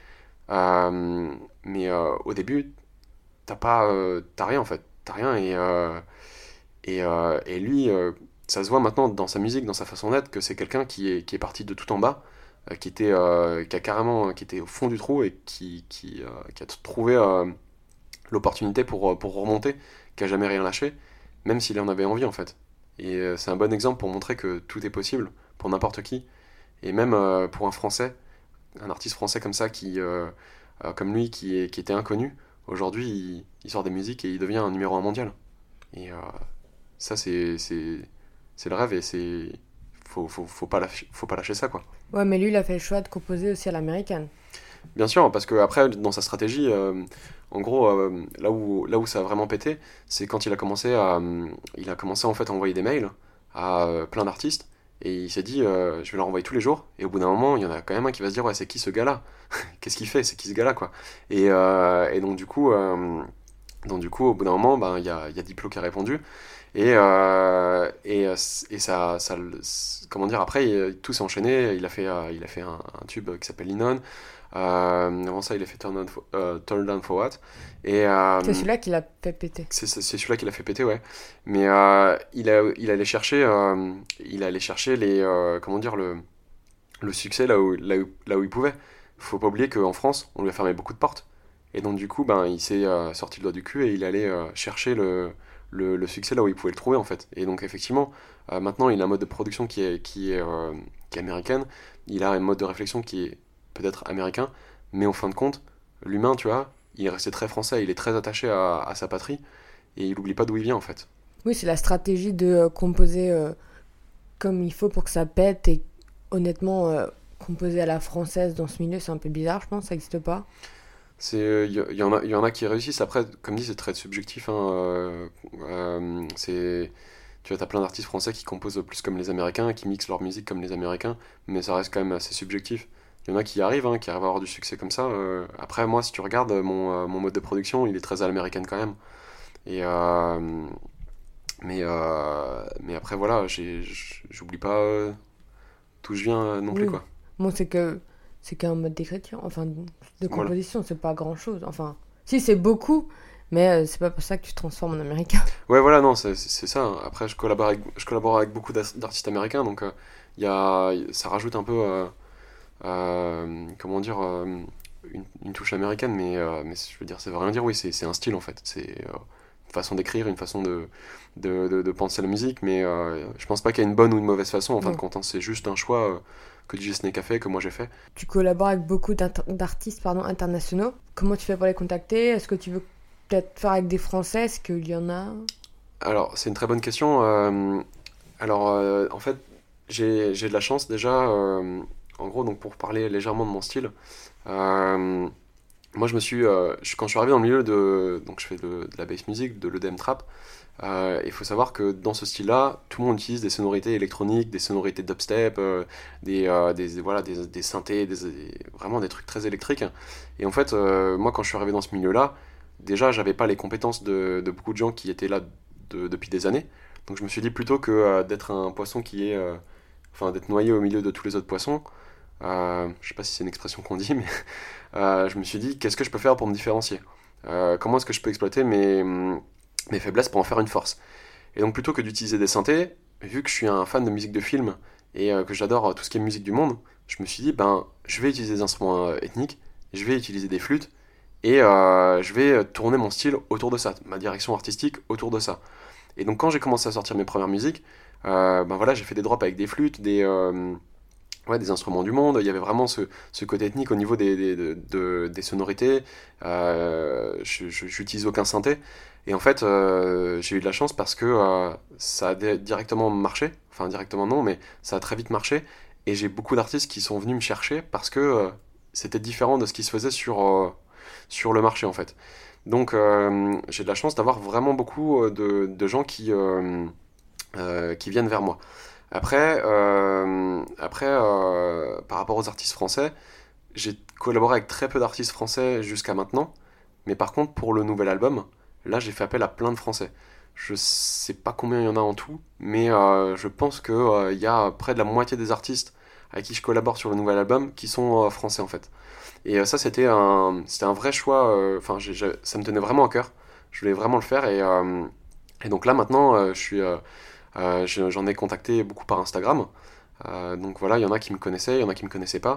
euh, mais euh, au début t'as pas euh, t'as rien en fait, t'as rien et euh, et, euh, et lui, euh, ça se voit maintenant dans sa musique, dans sa façon d'être, que c'est quelqu'un qui est, qui est parti de tout en bas, euh, qui était, euh, qui a carrément, qui était au fond du trou et qui, qui, euh, qui a trouvé euh, l'opportunité pour, euh, pour remonter, qui a jamais rien lâché, même s'il en avait envie en fait. Et euh, c'est un bon exemple pour montrer que tout est possible pour n'importe qui, et même euh, pour un Français, un artiste français comme ça, qui, euh, euh, comme lui, qui, est, qui était inconnu, aujourd'hui il, il sort des musiques et il devient un numéro un mondial. Et euh, ça, c'est, c'est, c'est le rêve et c'est. Faut, faut, faut, pas lâcher, faut pas lâcher ça, quoi. Ouais, mais lui, il a fait le choix de composer aussi à l'américaine. Bien sûr, parce que après, dans sa stratégie, euh, en gros, euh, là, où, là où ça a vraiment pété, c'est quand il a commencé à. euh, Il a commencé en fait à envoyer des mails à euh, plein d'artistes. Et il s'est dit, euh, je vais leur envoyer tous les jours. Et au bout d'un moment, il y en a quand même un qui va se dire, ouais, c'est qui ce gars-là? Qu'est-ce qu'il fait? C'est qui ce gars-là, quoi? Et, euh, et donc, du coup, euh, donc, du coup, au bout d'un moment, ben, il y a, il y a Diplo qui a répondu. Et, euh, et, et ça, ça, comment dire, après, il- tout s'est enchaîné. Il a fait, euh, il a fait un, un tube qui s'appelle Linon. Euh, avant ça, il a fait Turn Down for, euh, Turn Down for What. Et euh, C'est celui-là qui l'a fait péter. c'est c'est- c'est celui-là qui l'a fait péter, ouais. Mais euh, il, a, il allait chercher, euh, il allait chercher les, euh, comment dire, le, le succès là où, là où, là où il pouvait. Faut pas oublier qu'en France, on lui a fermé beaucoup de portes. Et donc du coup, ben, il s'est euh, sorti le doigt du cul et il allait euh, chercher le, le, le succès là où il pouvait le trouver en fait. Et donc effectivement, euh, maintenant il a un mode de production qui est, qui est, euh, qui est américaine, il a un mode de réflexion qui est peut-être américain, mais en fin de compte, l'humain, tu vois, il est resté très français, il est très attaché à, à sa patrie et il oublie pas d'où il vient en fait. Oui, c'est la stratégie de euh, composer euh, comme il faut pour que ça pète et honnêtement, euh, composer à la française dans ce milieu, c'est un peu bizarre, je pense, ça n'existe pas. C'est, il y, y en a, il y en a qui réussissent. Après, comme dit, c'est très subjectif, hein, euh, euh, c'est, tu vois, t'as plein d'artistes français qui composent plus comme les Américains, qui mixent leur musique comme les Américains, mais ça reste quand même assez subjectif. Il y en a qui y arrivent, hein, qui arrivent à avoir du succès comme ça. euh. Après, moi, si tu regardes mon, euh, mon mode de production, il est très à l'américaine quand même. Et euh, mais, euh, mais après, voilà, j'ai, j'oublie pas euh, d'où je viens euh, non plus, Oui. quoi. Bon, c'est que c'est qu'un mode d'écriture, enfin de de Voilà. composition, c'est pas grand-chose. Enfin, si c'est beaucoup, mais euh, c'est pas pour ça que tu te transformes en américain. Ouais, voilà, non, c'est c'est- c'est ça. Après, je collabore avec, je collabore avec beaucoup d'as- d'artistes américains, donc euh, il y a, ça rajoute un peu, euh, euh, comment dire, euh, une, une touche américaine, mais, euh, mais je veux dire, ça veut rien dire, oui, c'est c'est un style en fait. C'est euh, une façon d'écrire, une façon de, de, de, de penser la musique, mais euh, je pense pas qu'il y a une bonne ou une mauvaise façon en fin de Non. compte, hein. C'est juste un choix euh, que D J Snake a fait, que moi j'ai fait. Tu collabores avec beaucoup d'inter- d'artistes pardon, internationaux. Comment tu fais pour les contacter? Est-ce que tu veux peut-être faire avec des Français? Est-ce qu'il y en a? Alors, c'est une très bonne question. euh, alors, euh, en fait, j'ai j'ai de la chance déjà, euh, en gros, donc pour parler légèrement de mon style. Euh, Moi, je me suis, euh, je- quand je suis arrivé dans le milieu de, donc je fais de, de la bass music, de l'E D M trap. Euh, Il faut savoir que dans ce style-là, tout le monde utilise des sonorités électroniques, des sonorités dubstep, euh, des, euh, des, voilà, des, des synthés, des, des- vraiment des trucs très électriques. Et en fait, euh, moi, quand je suis arrivé dans ce milieu-là, déjà, j'avais pas les compétences de, de beaucoup de gens qui étaient là de- depuis des années. Donc, je me suis dit plutôt que euh, d'être un poisson qui est, euh, enfin, d'être noyé au milieu de tous les autres poissons. Euh, je sais pas si c'est une expression qu'on dit, mais euh, je me suis dit, qu'est-ce que je peux faire pour me différencier? Euh, comment est-ce que je peux exploiter mes, mes faiblesses pour en faire une force? Et donc plutôt que d'utiliser des synthés, vu que je suis un fan de musique de film et euh, que j'adore euh, tout ce qui est musique du monde, je me suis dit, ben, je vais utiliser des instruments euh, ethniques, je vais utiliser des flûtes, et euh, je vais euh, tourner mon style autour de ça, ma direction artistique autour de ça. Et donc quand j'ai commencé à sortir mes premières musiques, euh, ben voilà, j'ai fait des drops avec des flûtes, des, euh, ouais, des instruments du monde. Il y avait vraiment ce, ce côté ethnique au niveau des, des, de- de- des sonorités. Euh, je je- j'utilise aucun synthé. Et en fait, euh, j'ai eu de la chance parce que euh, ça a di- directement marché. Enfin, directement non, mais ça a très vite marché. Et j'ai beaucoup d'artistes qui sont venus me chercher parce que euh, c'était différent de ce qui se faisait sur, euh, sur le marché, en fait. Donc, euh, j'ai de la chance d'avoir vraiment beaucoup euh, de, de gens qui, euh, euh, qui viennent vers moi. Après, euh, après euh, par rapport aux artistes français, j'ai collaboré avec très peu d'artistes français jusqu'à maintenant, mais par contre, pour le nouvel album, là, j'ai fait appel à plein de Français. Je sais pas combien il y en a en tout, mais euh, je pense qu'il euh, y a près de la moitié des artistes avec qui je collabore sur le nouvel album qui sont euh, français en fait. Et euh, ça, c'était un, c'était un vrai choix. euh, Enfin, j'ai- j'ai- ça me tenait vraiment à cœur. Je voulais vraiment le faire et, euh, et donc là maintenant, euh, je suis, euh, euh, je- j'en ai contacté beaucoup par Instagram. Euh, donc voilà, il y en a qui me connaissaient, il y en a qui me connaissaient pas.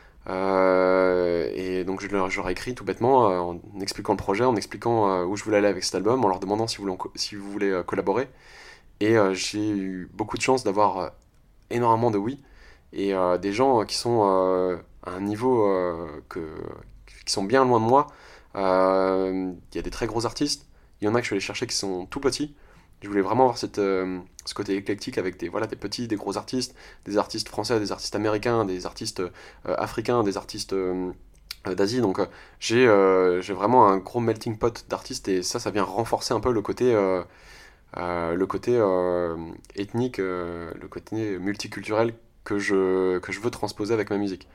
Euh, et donc je leur, je leur ai écrit tout bêtement euh, en expliquant le projet, en expliquant euh, où je voulais aller avec cet album, en leur demandant si vous voulez, si vous voulez euh, collaborer. Et euh, j'ai eu beaucoup de chance d'avoir euh, énormément de oui. Et euh, des gens euh, qui sont euh, à un niveau euh, que, qui sont bien loin de moi. Euh, Il y a des très gros artistes. Il y en a que je suis allé chercher qui sont tout petits. Je voulais vraiment avoir cette, euh, ce côté éclectique avec des, voilà, des petits, des gros artistes, des artistes français, des artistes américains, des artistes euh, africains, des artistes euh, euh, d'Asie. Donc euh, j'ai euh, j'ai vraiment un gros melting pot d'artistes et ça, ça vient renforcer un peu le côté, euh, euh, le côté euh, ethnique, euh, le côté multiculturel que je, que je veux transposer avec ma musique.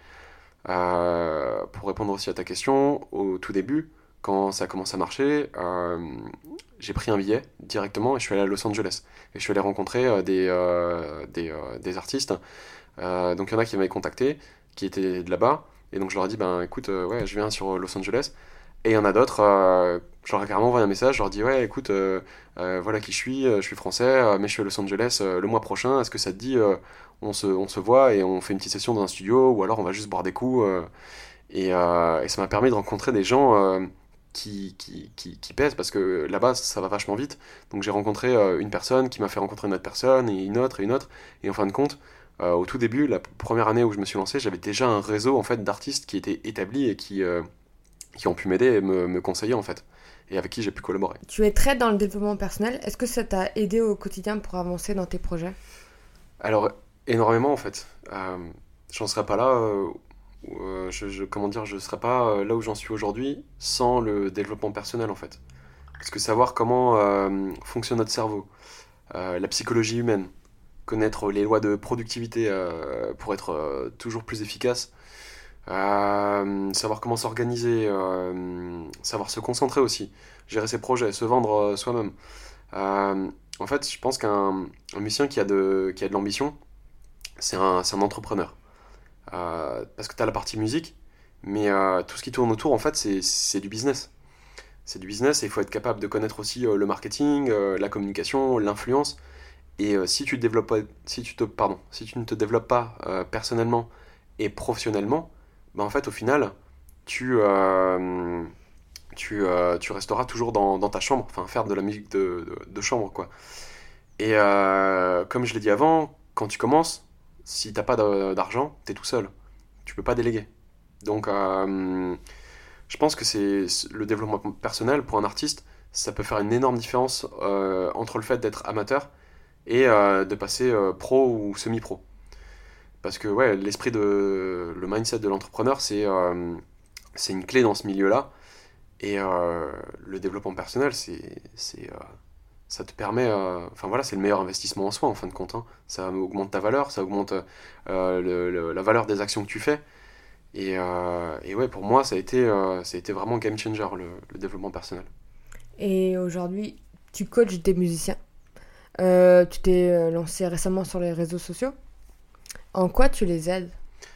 Euh, pour répondre aussi à ta question, au tout début, quand ça commence à marcher, euh, j'ai pris un billet directement et je suis allé à Los Angeles. Et je suis allé rencontrer euh, des, euh, des, euh, des artistes. Euh, donc il y en a qui m'avaient contacté, qui étaient de là-bas. Et donc je leur ai dit, ben écoute, euh, ouais, je viens sur Los Angeles. Et il y en a d'autres, euh, je leur ai carrément envoyé un message, je leur ai dit, ouais, écoute, euh, euh, voilà qui je suis, euh, je suis français, euh, mais je suis à Los Angeles euh, le mois prochain, est-ce que ça te dit, euh, on se, on se voit et on fait une petite session dans un studio, ou alors on va juste boire des coups. euh, et, euh, et ça m'a permis de rencontrer des gens euh, qui, qui, qui, qui pèse, parce que là-bas, ça va vachement vite. Donc j'ai rencontré euh, une personne qui m'a fait rencontrer une autre personne, et une autre, et une autre. Et en fin de compte, euh, au tout début, la première année où je me suis lancé, j'avais déjà un réseau en fait d'artistes qui étaient établis et qui, euh, qui ont pu m'aider et me, me conseiller en fait, et avec qui j'ai pu collaborer. Tu es très dans le développement personnel. Est-ce que ça t'a aidé au quotidien pour avancer dans tes projets? Alors, énormément en fait. Euh, j'en serais pas là, euh, où, euh, je, je- comment dire, je serais pas euh, là où j'en suis aujourd'hui sans le développement personnel en fait. Parce que savoir comment euh, fonctionne notre cerveau, euh, la psychologie humaine, connaître les lois de productivité euh, pour être euh, toujours plus efficace, euh, savoir comment s'organiser, euh, savoir se concentrer aussi, gérer ses projets, se vendre euh, soi-même. Euh, En fait, je pense qu'un un musicien qui a de, qui a de l'ambition, c'est un, c'est un entrepreneur. Euh, parce que tu as la partie musique, mais euh, tout ce qui tourne autour, en fait, c'est, c'est du business. C'est du business et il faut être capable de connaître aussi euh, le marketing, euh, la communication, l'influence. Et euh, si tu te développes pas, si tu te, pardon, si tu ne te développes pas euh, personnellement et professionnellement, bah en fait, au final, tu, euh, tu, euh, tu resteras toujours dans, dans ta chambre, enfin, faire de la musique de, de, de chambre, quoi. Et euh, comme je l'ai dit avant, quand tu commences, si t'as pas de- d'argent, t'es tout seul. Tu peux pas déléguer. Donc, euh, je pense que c'est le développement personnel pour un artiste, ça peut faire une énorme différence euh, entre le fait d'être amateur et euh, de passer euh, pro ou semi-pro. Parce que ouais, l'esprit de le mindset de l'entrepreneur, c'est euh, c'est une clé dans ce milieu-là. Et euh, le développement personnel, c'est c'est euh, ça te permet, euh, enfin voilà, c'est le meilleur investissement en soi en fin de compte, hein. Ça augmente ta valeur, ça augmente euh, le- le- la valeur des actions que tu fais. Et, euh, et ouais, pour moi, ça a été, euh, ça a été vraiment game changer le, le développement personnel. Et aujourd'hui, tu coaches des musiciens. Euh, tu t'es euh, lancé récemment sur les réseaux sociaux. En quoi tu les aides?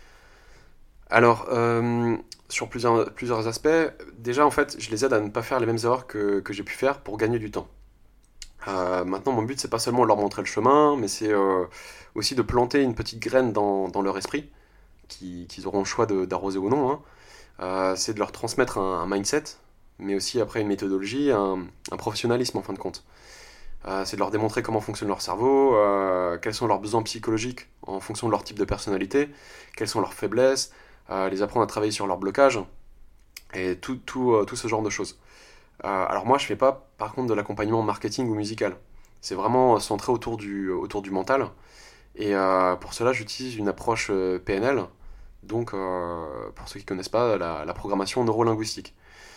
Alors, euh, sur plusieurs, plusieurs aspects, déjà en fait, je les aide à ne pas faire les mêmes erreurs que, que j'ai pu faire pour gagner du temps. Euh, maintenant, mon but, c'est pas seulement de leur montrer le chemin, mais c'est euh, aussi de planter une petite graine dans, dans leur esprit, qui- qu'ils auront le choix de- d'arroser ou non, hein. Euh, c'est de leur transmettre un, un mindset, mais aussi après une méthodologie, un, un professionnalisme en fin de compte. Euh, c'est de leur démontrer comment fonctionne leur cerveau, euh, quels sont leurs besoins psychologiques en fonction de leur type de personnalité, quelles sont leurs faiblesses, euh, les apprendre à travailler sur leurs blocages, et tout, tout, euh, tout ce genre de choses. Euh, alors moi, je fais pas par contre de l'accompagnement marketing ou musical. C'est vraiment centré autour du, autour du mental. Et euh, pour cela, j'utilise une approche euh, P N L, donc euh, pour ceux qui connaissent pas, la, la programmation neurolinguistique.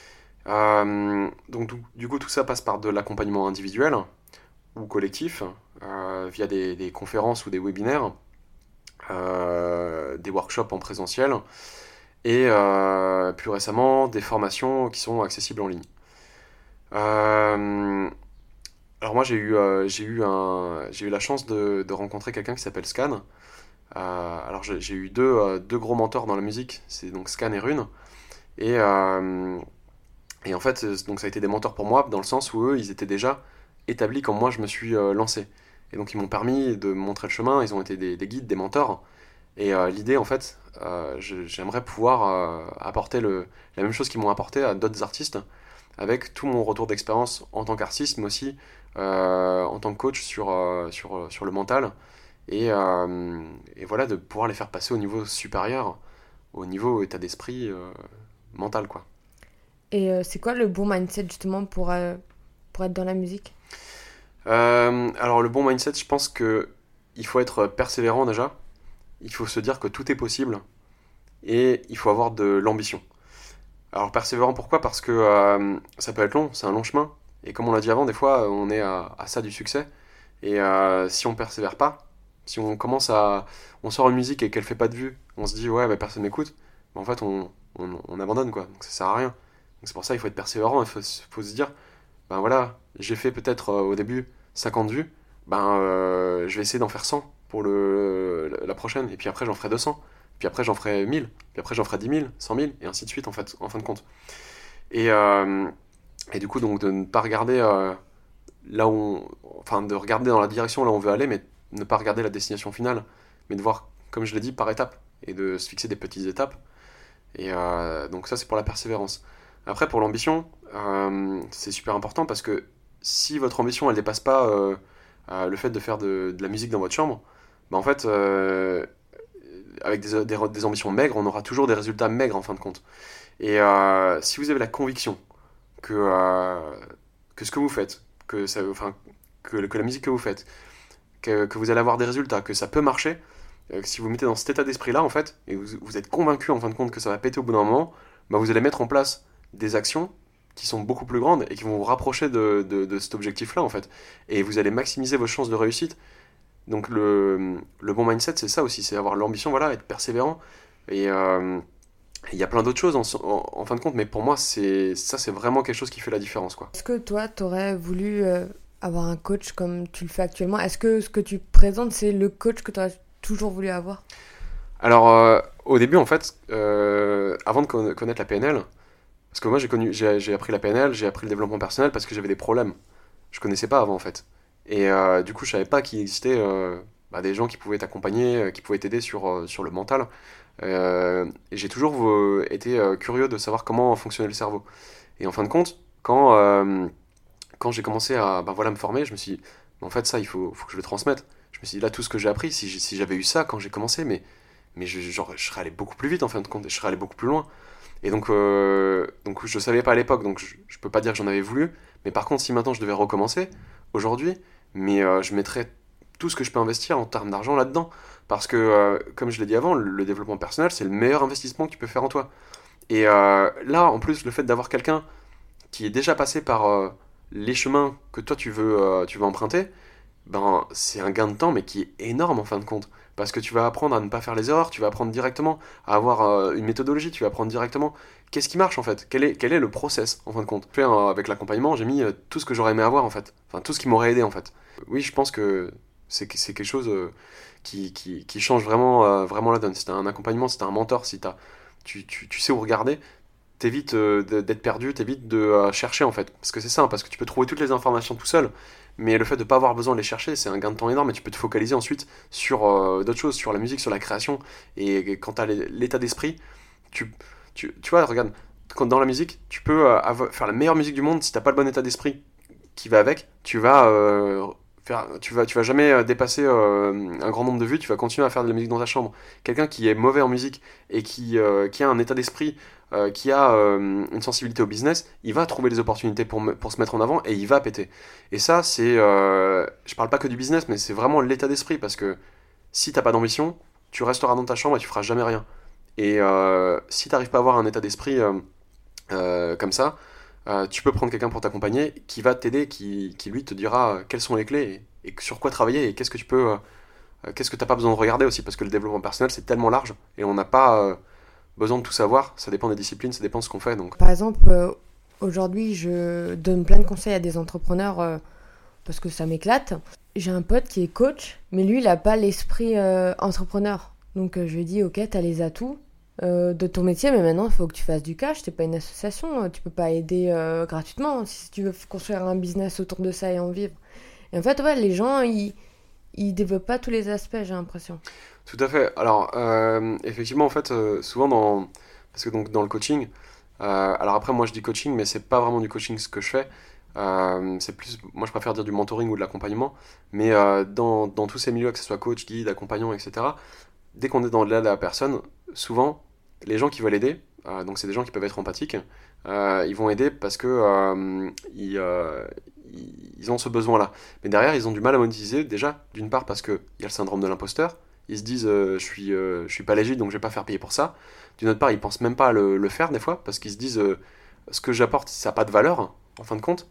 Euh, donc du, du coup, tout ça passe par de l'accompagnement individuel ou collectif, euh, via des, des conférences ou des webinaires, euh, des workshops en présentiel, et euh, plus récemment des formations qui sont accessibles en ligne. Euh, alors moi j'ai eu, euh, j'ai eu, un, j'ai eu la chance de, de rencontrer quelqu'un qui s'appelle Scan. Euh, alors j'ai, j'ai eu deux, euh, deux gros mentors dans la musique, c'est donc Scan et Rune. Et, euh, et en fait, donc ça a été des mentors pour moi dans le sens où eux, ils étaient déjà établis quand moi je me suis euh, lancé. Et donc ils m'ont permis de me montrer le chemin, ils ont été des, des guides, des mentors. Et euh, l'idée en fait, euh, je- j'aimerais pouvoir euh, apporter le, la même chose qu'ils m'ont apporté à d'autres artistes, avec tout mon retour d'expérience en tant qu'artiste, mais aussi euh, en tant que coach sur, euh, sur, sur le mental. Et, euh, et voilà, de pouvoir les faire passer au niveau supérieur, au niveau état d'esprit euh, mental, quoi. Et euh, c'est quoi le bon mindset justement pour, euh, pour être dans la musique? Euh, alors le bon mindset, je pense que il faut être persévérant déjà. Il faut se dire que tout est possible et il faut avoir de l'ambition. Alors persévérant, pourquoi? Parce que euh, ça peut être long, c'est un long chemin. Et comme on l'a dit avant, des fois on est à, à ça du succès. Et euh, si on persévère pas, si on commence à, on sort une musique et qu'elle fait pas de vue, on se dit ouais bah personne m'écoute. Mais en fait on, on, on abandonne quoi. Donc ça sert à rien. Donc c'est pour ça qu'il faut être persévérant. Il faut, faut se dire ben voilà, j'ai fait peut-être euh, au début cinquante vues, ben euh, je vais essayer d'en faire cent pour le, la prochaine, et puis après j'en ferai deux cents, puis après j'en ferai mille, puis après j'en ferai dix mille, cent mille, et ainsi de suite en fait, en fin de compte. Et, euh, et du coup, donc de ne pas regarder euh, là où on, enfin de regarder dans la direction là où on veut aller, mais ne pas regarder la destination finale, mais de voir, comme je l'ai dit, par étapes, et de se fixer des petites étapes. Et euh, donc ça c'est pour la persévérance. Après, pour l'ambition, euh, c'est super important parce que si votre ambition, elle dépasse pas euh, euh, le fait de faire de, de la musique dans votre chambre, bah en fait, euh, avec des, des, des ambitions maigres, on aura toujours des résultats maigres en fin de compte. Et euh, si vous avez la conviction que, euh, que ce que vous faites, que, ça, enfin, que, que la musique que vous faites, que, que vous allez avoir des résultats, que ça peut marcher, euh, si vous mettez dans cet état d'esprit-là, en fait, et vous, vous êtes convaincu en fin de compte que ça va péter au bout d'un moment, bah vous allez mettre en place des actions qui sont beaucoup plus grandes et qui vont vous rapprocher de, de, de cet objectif-là, en fait. Et vous allez maximiser vos chances de réussite. Donc le, le bon mindset, c'est ça aussi, c'est avoir l'ambition, voilà, être persévérant. Et euh, il y a plein d'autres choses en, en, en fin de compte, mais pour moi, c'est, ça, c'est vraiment quelque chose qui fait la différence, quoi. Est-ce que toi, t'aurais voulu euh, avoir un coach comme tu le fais actuellement? Est-ce que ce que tu présentes, c'est le coach que tu aurais toujours voulu avoir? Alors, euh, au début, en fait, euh, avant de conna- connaître la P N L, parce que moi, j'ai connu, j'ai, j'ai appris la P N L, j'ai appris le développement personnel parce que j'avais des problèmes. Je connaissais pas avant, en fait. Et euh, du coup, je savais pas qu'il existait euh, bah, des gens qui pouvaient t'accompagner, euh, qui pouvaient t'aider sur, euh, sur le mental. Euh, et j'ai toujours euh, été euh, curieux de savoir comment fonctionnait le cerveau. Et en fin de compte, quand, euh, quand j'ai commencé à bah, voilà, me former, je me suis dit, en fait, ça, il faut, faut que je le transmette. Je me suis dit, là, tout ce que j'ai appris, si, j'ai- si j'avais eu ça quand j'ai commencé, mais, mais je, genre, je serais allé beaucoup plus vite, en fin de compte, et je serais allé beaucoup plus loin. Et donc, euh, donc je savais pas à l'époque, donc je, je peux pas dire que j'en avais voulu. Mais par contre, si maintenant je devais recommencer, aujourd'hui, mais euh, je mettrais tout ce que je peux investir en termes d'argent là-dedans. Parce que, euh, comme je l'ai dit avant, le, le développement personnel, c'est le meilleur investissement que tu peux faire en toi. Et euh, là, en plus, le fait d'avoir quelqu'un qui est déjà passé par euh, les chemins que toi tu veux, euh, tu veux emprunter, ben, c'est un gain de temps, mais qui est énorme en fin de compte. Parce que tu vas apprendre à ne pas faire les erreurs, tu vas apprendre directement à avoir euh, une méthodologie, tu vas apprendre directement qu'est-ce qui marche en fait, quel est, quel est le process en fin de compte. Puis, euh, avec l'accompagnement, j'ai mis euh, tout ce que j'aurais aimé avoir en fait, enfin tout ce qui m'aurait aidé en fait. Oui, je pense que c'est, c'est quelque chose euh, qui, qui, qui change vraiment, euh, vraiment la donne. Si t'as un accompagnement, si t'as un mentor, si t'as, tu, tu, tu sais où regarder, t'évites euh, de- d'être perdu, t'évites de euh, chercher en fait. Parce que c'est ça, hein, parce que tu peux trouver toutes les informations tout seul, mais le fait de ne pas avoir besoin de les chercher, c'est un gain de temps énorme et tu peux te focaliser ensuite sur euh, d'autres choses, sur la musique, sur la création. Et quand tu as l'état d'esprit, tu, tu, tu vois, regarde, quand dans la musique, tu peux euh, avoir- faire la meilleure musique du monde si t'as pas le bon état d'esprit qui va avec, tu vas euh, faire, tu vas, tu vas jamais euh, dépasser euh, un grand nombre de vues, tu vas continuer à faire de la musique dans ta chambre. Quelqu'un qui est mauvais en musique et qui, euh, qui a un état d'esprit, euh, qui a euh, une sensibilité au business, il va trouver les opportunités pour, me- pour se mettre en avant et il va péter. Et ça, c'est, euh, je parle pas que du business, mais c'est vraiment l'état d'esprit parce que si t'as pas d'ambition, tu resteras dans ta chambre et tu feras jamais rien. Et euh, si t'arrives pas à avoir un état d'esprit euh, euh, comme ça, euh, tu peux prendre quelqu'un pour t'accompagner qui va t'aider, qui, qui lui te dira euh, quelles sont les clés et, et sur quoi travailler et qu'est-ce que tu peux, euh, qu'est-ce que t'as pas besoin de regarder aussi parce que le développement personnel c'est tellement large et on n'a pas euh, besoin de tout savoir. Ça dépend des disciplines, ça dépend de ce qu'on fait donc. Par exemple, euh, aujourd'hui, je donne plein de conseils à des entrepreneurs euh, parce que ça m'éclate. J'ai un pote qui est coach, mais lui, il n'a pas l'esprit euh, entrepreneur. Donc, euh, je lui dis, ok, tu as les atouts euh, de ton métier, mais maintenant, il faut que tu fasses du cash. Tu n'es pas une association, euh, tu peux pas aider euh, gratuitement si tu veux construire un business autour de ça et en vivre. Et en fait, ouais, les gens, ils, ils développent pas tous les aspects, j'ai l'impression. Tout à fait. Alors euh, effectivement en fait euh, souvent dans parce que donc dans le coaching, euh, alors après moi je dis coaching mais c'est pas vraiment du coaching ce que je fais. Euh, c'est plus, moi je préfère dire du mentoring ou de l'accompagnement, mais euh, dans, dans tous ces milieux, que ce soit coach, guide, accompagnant, et cetera, dès qu'on est dans l'aide à la personne, souvent, les gens qui veulent aider, euh, donc c'est des gens qui peuvent être empathiques, euh, ils vont aider parce que euh, ils, euh, ils ont ce besoin-là. Mais derrière, ils ont du mal à monétiser, déjà, d'une part parce qu'il y a le syndrome de l'imposteur, ils se disent euh, je suis, euh, je suis pas légitime donc je vais pas faire payer pour ça. D'une autre part, ils pensent même pas à le, le faire des fois parce qu'ils se disent euh, ce que j'apporte, ça n'a pas de valeur en fin de compte.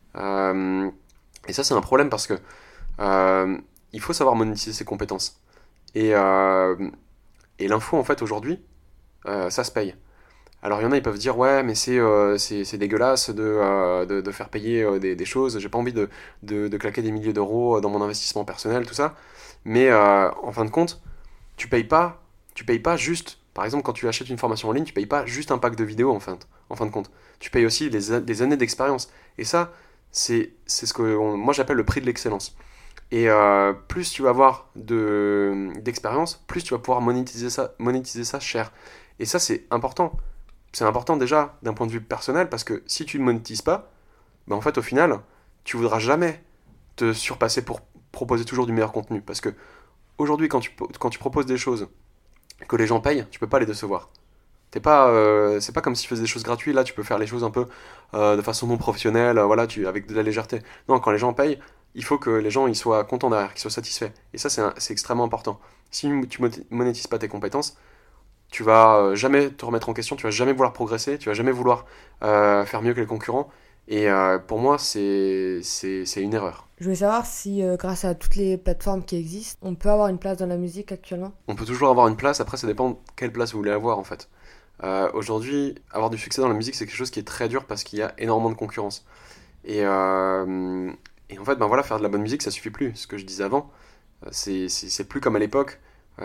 Euh, et ça, c'est un problème parce que euh, il faut savoir monétiser ses compétences. Et, euh, et l'info, en fait, aujourd'hui, euh, ça se paye. Alors, il y en a, ils peuvent dire, ouais, mais c'est euh, c'est, c'est dégueulasse de, euh, de, de faire payer euh, des, des choses, j'ai pas envie de, de, de claquer des milliers d'euros dans mon investissement personnel, tout ça. Mais euh, en fin de compte, tu payes pas, tu payes pas juste, par exemple, quand tu achètes une formation en ligne, tu payes pas juste un pack de vidéos, en fin de, en fin de compte. Tu payes aussi des, des années d'expérience. Et ça, c'est, c'est ce que on- moi j'appelle le prix de l'excellence. Et euh, plus tu vas avoir de, d'expérience, plus tu vas pouvoir monétiser ça, monétiser ça cher. Et ça, c'est important. c'est important déjà d'un point de vue personnel parce que si tu ne monétises pas, ben en fait au final, tu voudras jamais te surpasser pour proposer toujours du meilleur contenu. Parce que aujourd'hui, quand tu, quand tu proposes des choses que les gens payent, tu peux pas les décevoir. T'es pas, euh, c'est pas comme si tu faisais des choses gratuites, là tu peux faire les choses un peu euh, de façon non professionnelle, euh, voilà, tu, avec de la légèreté. Non, quand les gens payent, il faut que les gens ils soient contents derrière, qu'ils soient satisfaits. Et ça, c'est, un- c'est extrêmement important. Si tu monétises pas tes compétences, tu vas euh, jamais te remettre en question, tu vas jamais vouloir progresser, tu vas jamais vouloir euh, faire mieux que les concurrents. Et euh, pour moi, c'est, c'est, c'est une erreur. Je voulais savoir si, euh, grâce à toutes les plateformes qui existent, on peut avoir une place dans la musique actuellement. On peut toujours avoir une place, après ça dépend de quelle place vous voulez avoir en fait. Euh, aujourd'hui, avoir du succès dans la musique, c'est quelque chose qui est très dur parce qu'il y a énormément de concurrence. Et, euh, et en fait, ben voilà, faire de la bonne musique, ça suffit plus. Ce que je disais avant, euh, c'est, c'est, c'est plus comme à l'époque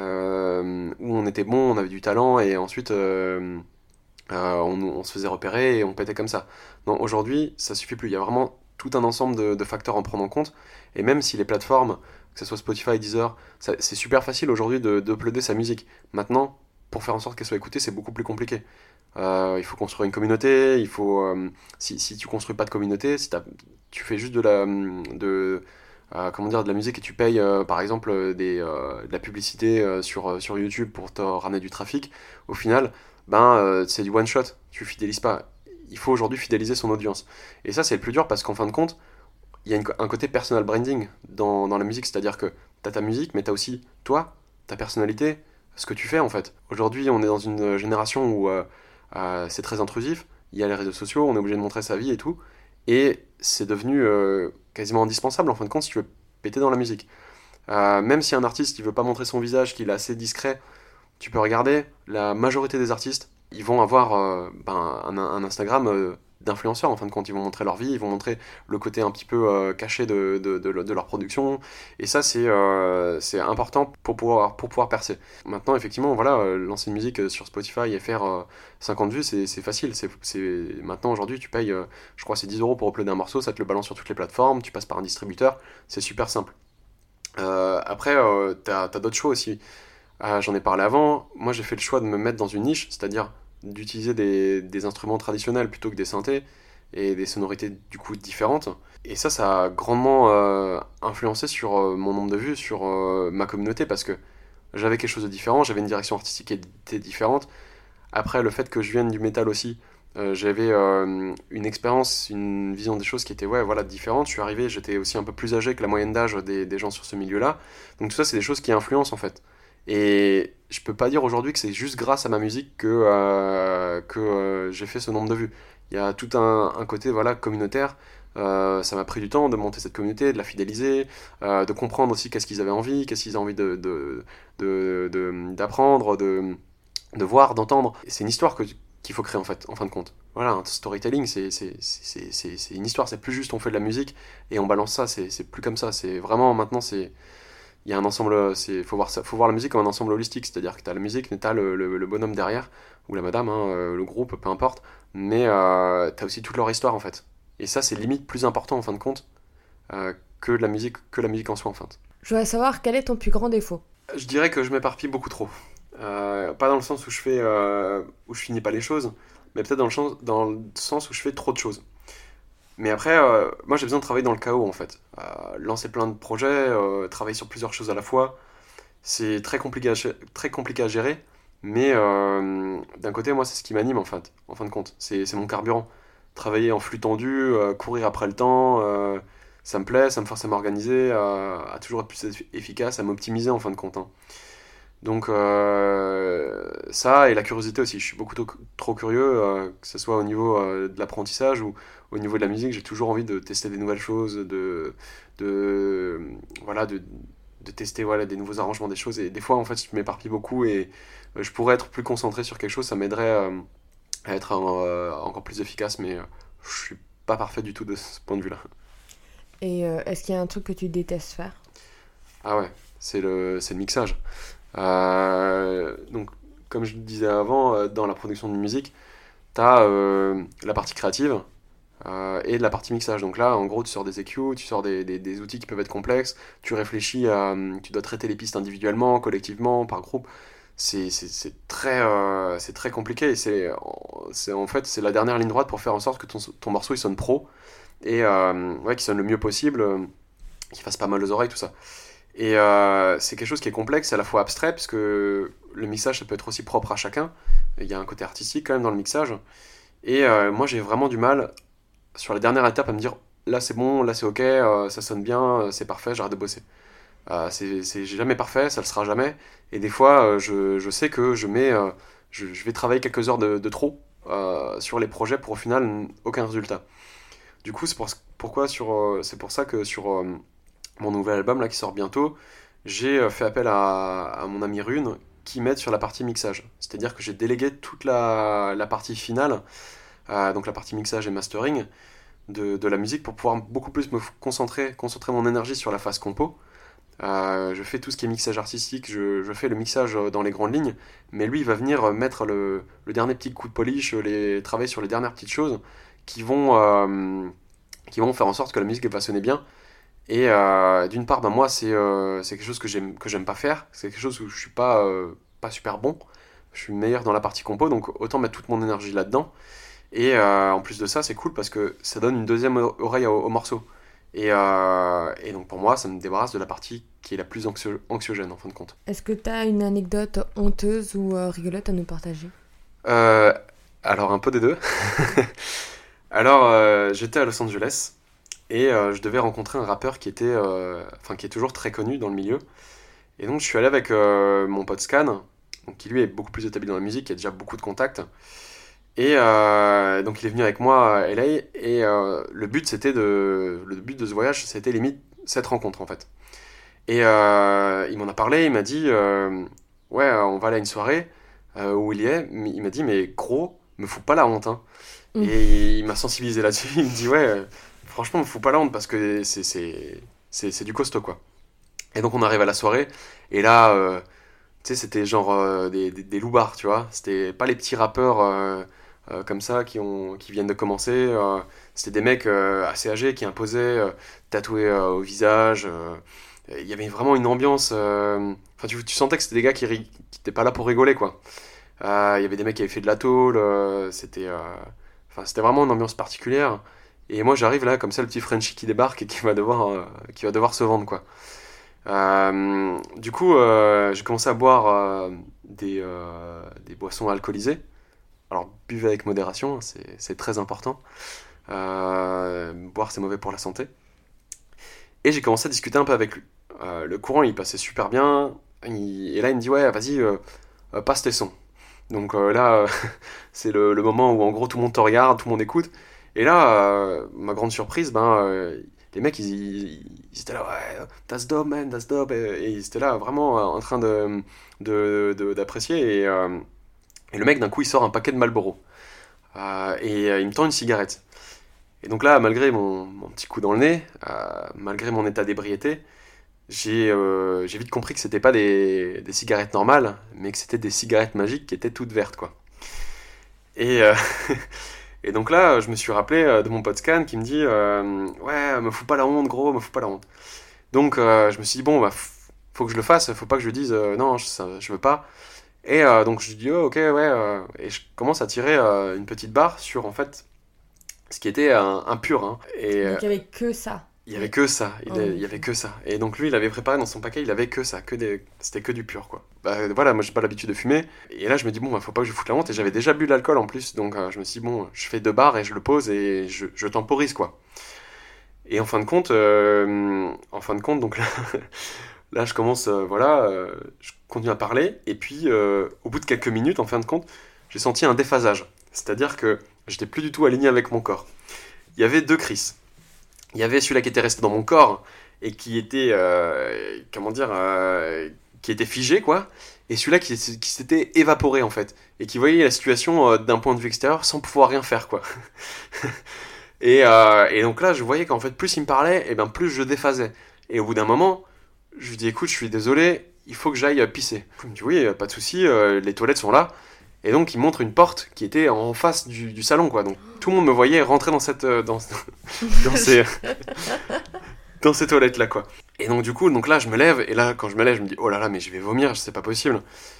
euh, où on était bon, on avait du talent et ensuite euh, euh, on, on se faisait repérer et on pétait comme ça. Non, aujourd'hui, ça suffit plus. Il y a vraiment tout un ensemble de, de facteurs à en prendre en compte. Et même si les plateformes, que ce soit Spotify, Deezer, ça- c'est super facile aujourd'hui de, d'uploader sa musique. Maintenant, pour faire en sorte qu'elle soit écoutée, c'est beaucoup plus compliqué. Euh, il faut construire une communauté, il faut... euh, si, si tu construis pas de communauté, si t'as- tu fais juste de la... De, euh, comment dire, de la musique et tu payes euh, par exemple euh, des, euh, de la publicité euh, sur, euh, sur YouTube pour te ramener du trafic, au final, ben, euh, c'est du one shot, tu fidélises pas. Il faut aujourd'hui fidéliser son audience. Et ça, c'est le plus dur parce qu'en fin de compte, il y a une- un côté personal branding dans, dans la musique, c'est-à-dire que tu as ta musique, mais tu as aussi toi, ta personnalité, ce que tu fais en fait. Aujourd'hui, on est dans une génération où euh, euh, c'est très intrusif, il y a les réseaux sociaux, on est obligé de montrer sa vie et tout, et c'est devenu euh, quasiment indispensable en fin de compte si tu veux péter dans la musique. Euh, même si un artiste il veut pas montrer son visage, qu'il est assez discret, tu peux regarder, la majorité des artistes, ils vont avoir euh, ben, un, un Instagram euh, d'influenceurs en fin de compte. Ils vont montrer leur vie, ils vont montrer le côté un petit peu euh, caché de, de, de, de leur production. Et ça, c'est euh, c'est important pour pouvoir, pour pouvoir percer. Maintenant, effectivement, voilà, euh, lancer une musique euh, sur Spotify et faire euh, cinquante vues, c'est c'est facile. C'est, c'est... Maintenant, aujourd'hui, tu payes, euh, je crois, c'est dix euros pour uploader un morceau, ça te le balance sur toutes les plateformes, tu passes par un distributeur, c'est super simple. Euh, après, euh, t'as, t'as d'autres choix aussi. Ah, j'en ai parlé avant. Moi, j'ai fait le choix de me mettre dans une niche, c'est-à-dire d'utiliser des, des instruments traditionnels plutôt que des synthés et des sonorités du coup différentes. Et ça, ça a grandement euh, influencé sur euh, mon nombre de vues, sur euh, ma communauté, parce que j'avais quelque chose de différent, j'avais une direction artistique qui était différente. Après, le fait que je vienne du métal aussi, euh, j'avais euh, une expérience, une vision des choses qui était ouais, voilà, différente. Je suis arrivé, j'étais aussi un peu plus âgé que la moyenne d'âge des, des gens sur ce milieu-là. Donc tout ça, c'est des choses qui influencent en fait. Et je peux pas dire aujourd'hui que c'est juste grâce à ma musique que, euh, que euh, j'ai fait ce nombre de vues. Il y a tout un, un côté voilà, communautaire. Euh, ça m'a pris du temps de monter cette communauté, de la fidéliser, euh, de comprendre aussi qu'est-ce qu'ils avaient envie, qu'est-ce qu'ils avaient envie de, de, de, de- d'apprendre, de, de voir, d'entendre. Et c'est une histoire que, qu'il faut créer en fait, en fin de compte. Voilà, un storytelling, c'est, c'est, c'est, c'est, c'est une histoire, c'est plus juste on fait de la musique et on balance ça, c'est, c'est plus comme ça. C'est vraiment maintenant, c'est il y a un ensemble, c'est faut voir ça, faut voir la musique comme un ensemble holistique, c'est-à-dire que tu as la musique, mais tu as le, le, le bonhomme derrière ou la madame, hein, euh, le groupe, peu importe, mais euh, tu as aussi toute leur histoire en fait. Et ça c'est limite plus important en fin de compte euh, que de la musique que la musique en soi en fait. Je voudrais savoir quel est ton plus grand défaut. Je dirais que je m'éparpille beaucoup trop. Euh, pas dans le sens où je fais euh, où je finis pas les choses, mais peut-être dans le sens dans le sens où je fais trop de choses. Mais après, euh, moi j'ai besoin de travailler dans le chaos en fait. Euh, lancer plein de projets, euh, travailler sur plusieurs choses à la fois, c'est très compliqué à, gé- très compliqué à gérer, mais euh, d'un côté, moi, c'est ce qui m'anime en fait, en fin de compte. C'est, c'est mon carburant. Travailler en flux tendu, euh, courir après le temps, euh, ça me plaît, ça me force à m'organiser, à, à toujours être plus eff- efficace, à m'optimiser en fin de compte, hein. Donc euh, ça et la curiosité aussi. Je suis beaucoup trop, trop curieux, euh, que ce soit au niveau euh, de l'apprentissage ou au niveau de la musique. J'ai toujours envie de tester des nouvelles choses, de, de voilà, de, de tester voilà des nouveaux arrangements des choses. Et des fois en fait, je m'éparpille beaucoup et euh, je pourrais être plus concentré sur quelque chose. Ça m'aiderait euh, à être euh, encore plus efficace, mais euh, je suis pas parfait du tout de ce point de vue-là. Et euh, est-ce qu'il y a un truc que tu détestes faire? Ah ouais, c'est le, c'est le mixage. Euh, donc, comme je le disais avant, euh, dans la production de musique, tu as la partie créative euh, et la partie mixage. Donc là, en gros, tu sors des E Q, tu sors des, des- des outils qui peuvent être complexes, tu réfléchis à... Tu dois traiter les pistes individuellement, collectivement, par groupe. c'est, c'est, c'est, très, euh, c'est très compliqué. Et c'est, c'est, en fait, c'est la dernière ligne droite pour faire en sorte que ton, ton morceau il sonne pro et euh, ouais, qu'il sonne le mieux possible, euh, qu'il fasse pas mal aux oreilles, tout ça. Et euh, c'est quelque chose qui est complexe, à la fois abstrait, parce que le mixage, ça peut être aussi propre à chacun. Il y a un côté artistique quand même dans le mixage. Et euh, moi, j'ai vraiment du mal, sur la dernière étape, à me dire, là c'est bon, là c'est ok, euh, ça sonne bien, euh, c'est parfait, j'arrête de bosser. Euh, c'est, c'est jamais parfait, ça le sera jamais. Et des fois, euh, je, je sais que je mets, euh, je, je vais travailler quelques heures de, de trop euh, sur les projets pour au final n- aucun résultat. Du coup, c'est pour, pourquoi sur, euh, c'est pour ça que sur euh, mon nouvel album là qui sort bientôt, j'ai euh, fait appel à, à mon ami Rune qui m'aide sur la partie mixage. C'est-à-dire que j'ai délégué toute la, la partie finale, euh, donc la partie mixage et mastering de, de la musique pour pouvoir beaucoup plus me concentrer, concentrer mon énergie sur la phase compo. Euh, je fais tout ce qui est mixage artistique, je, je fais le mixage dans les grandes lignes, mais lui il va venir mettre le, le dernier petit coup de polish, les, travailler sur les dernières petites choses qui vont, euh, qui vont faire en sorte que la musique va sonner bien. Et euh, d'une part, ben moi c'est euh, c'est quelque chose que j'aime que j'aime pas faire, c'est quelque chose où je suis pas, euh, pas super bon, je suis meilleur dans la partie compo, donc autant mettre toute mon énergie là-dedans. Et euh, en plus de ça, c'est cool parce que ça donne une deuxième oreille au, au morceau. Et, euh, et donc pour moi, ça me débarrasse de la partie qui est la plus anxio- anxiogène en fin de compte. Est-ce que tu as une anecdote honteuse ou euh, rigolote à nous partager? Euh, alors un peu des deux. Alors euh, j'étais à Los Angeles et euh, je devais rencontrer un rappeur qui était, euh, enfin qui est toujours très connu dans le milieu. Et donc je suis allé avec euh, mon pote Scan, donc, qui lui est beaucoup plus établi dans la musique, qui a déjà beaucoup de contacts. Et euh, donc il est venu avec moi à L A et euh, le but c'était de le but de ce voyage c'était limite cette rencontre en fait. Et euh, il m'en a parlé, il m'a dit euh, ouais on va aller à une soirée euh, où il y est, mais il m'a dit mais gros me fous pas la honte hein. Mm. Et il m'a sensibilisé là-dessus, il me dit ouais euh, franchement me fous pas la honte parce que c'est c'est c'est, c'est du costaud quoi. Et donc on arrive à la soirée et là euh, tu sais c'était genre euh, des, des, des loupards tu vois, c'était pas les petits rappeurs euh, euh, comme ça qui, ont, qui viennent de commencer. Euh, c'était des mecs euh, assez âgés qui imposaient, euh, tatoués euh, au visage. Euh, il y avait vraiment une ambiance. euh, Enfin, tu, tu sentais que c'était des gars qui ri- qui étaient pas là pour rigoler, quoi. Euh, Il y avait des mecs qui avaient fait de la tôle. euh, c'était, euh, enfin, c'était vraiment une ambiance particulière. Et moi, j'arrive là, comme ça, le petit Frenchie qui débarque et qui va devoir, euh, qui va devoir se vendre, quoi. Euh, du coup, euh, j'ai commencé à boire euh, des, euh, des boissons alcoolisées. Alors, buvez avec modération, hein, c'est, c'est très important. Euh, boire, c'est mauvais pour la santé. Et j'ai commencé à discuter un peu avec lui. Euh, le courant, il passait super bien. Il- et là, il me dit, ouais, vas-y, euh, euh, passe tes sons. Donc euh, là, euh, c'est le, le moment où, en gros, tout le monde te regarde, tout le monde écoute. Et là, euh, ma grande surprise, ben, euh, les mecs, ils, ils, ils étaient là, ouais, that's dope, man, that's dope. Et, et ils étaient là, vraiment, euh, en train de, de, de- d'apprécier. Et, euh, et le mec, d'un coup, il sort un paquet de Marlboro. Euh, et euh, il me tend une cigarette. Et donc là, malgré mon, mon petit coup dans le nez, euh, malgré mon état d'ébriété, j'ai euh, j'ai vite compris que c'était pas des, des cigarettes normales, mais que c'était des cigarettes magiques qui étaient toutes vertes, quoi. Et, euh, et donc là, je me suis rappelé euh, de mon pote Scan qui me dit euh, ouais, me fous pas la honte, gros, me fous pas la honte. Donc euh, je me suis dit bon, bah, f- faut que je le fasse, faut pas que je lui dise euh, non, je, ça- je veux pas. Et euh, donc je lui dis oh, ok, ouais, euh, et je commence à tirer euh, une petite barre sur en fait ce qui était un, un pur. Hein. Et euh, Donc il n'y avait que ça. il y avait que ça, il, Oh, est- il y avait que ça. Et donc lui, il avait préparé dans son paquet, il avait que ça, que des, c'était que du pur quoi. Bah voilà, moi j'ai pas l'habitude de fumer. Et là je me dis bon, bah, faut pas que je foute la honte. Et j'avais déjà bu de l'alcool en plus, donc euh, je me suis dit bon, je fais deux barres et je le pose et je, je temporise quoi. Et en fin de compte, euh, en fin de compte, donc là, là je commence, euh, voilà, euh, je continue à parler. Et puis euh, au bout de quelques minutes, en fin de compte, j'ai senti un déphasage. C'est-à-dire que j'étais plus du tout aligné avec mon corps. Il y avait deux Chris. Il y avait celui-là qui était resté dans mon corps et qui était, euh, comment dire, euh, qui était figé, quoi. Et celui-là qui, qui s'était évaporé, en fait. Et qui voyait la situation euh, d'un point de vue extérieur sans pouvoir rien faire, quoi. et, euh, et donc là, je voyais qu'en fait, plus il me parlait, et ben plus je déphasais. Et au bout d'un moment, je lui dis, écoute, je suis désolé, il faut que j'aille pisser. Il me dit, oui, pas de souci, euh, les toilettes sont là. Et donc, il montre une porte qui était en face du, du salon, quoi. Donc, tout le monde me voyait rentrer dans cette, euh, dans, dans ces, dans ces toilettes-là, quoi. Et donc, du coup, donc là, je me lève, et là, quand je me lève, je me dis, oh là là, mais je vais vomir, c'est pas possible.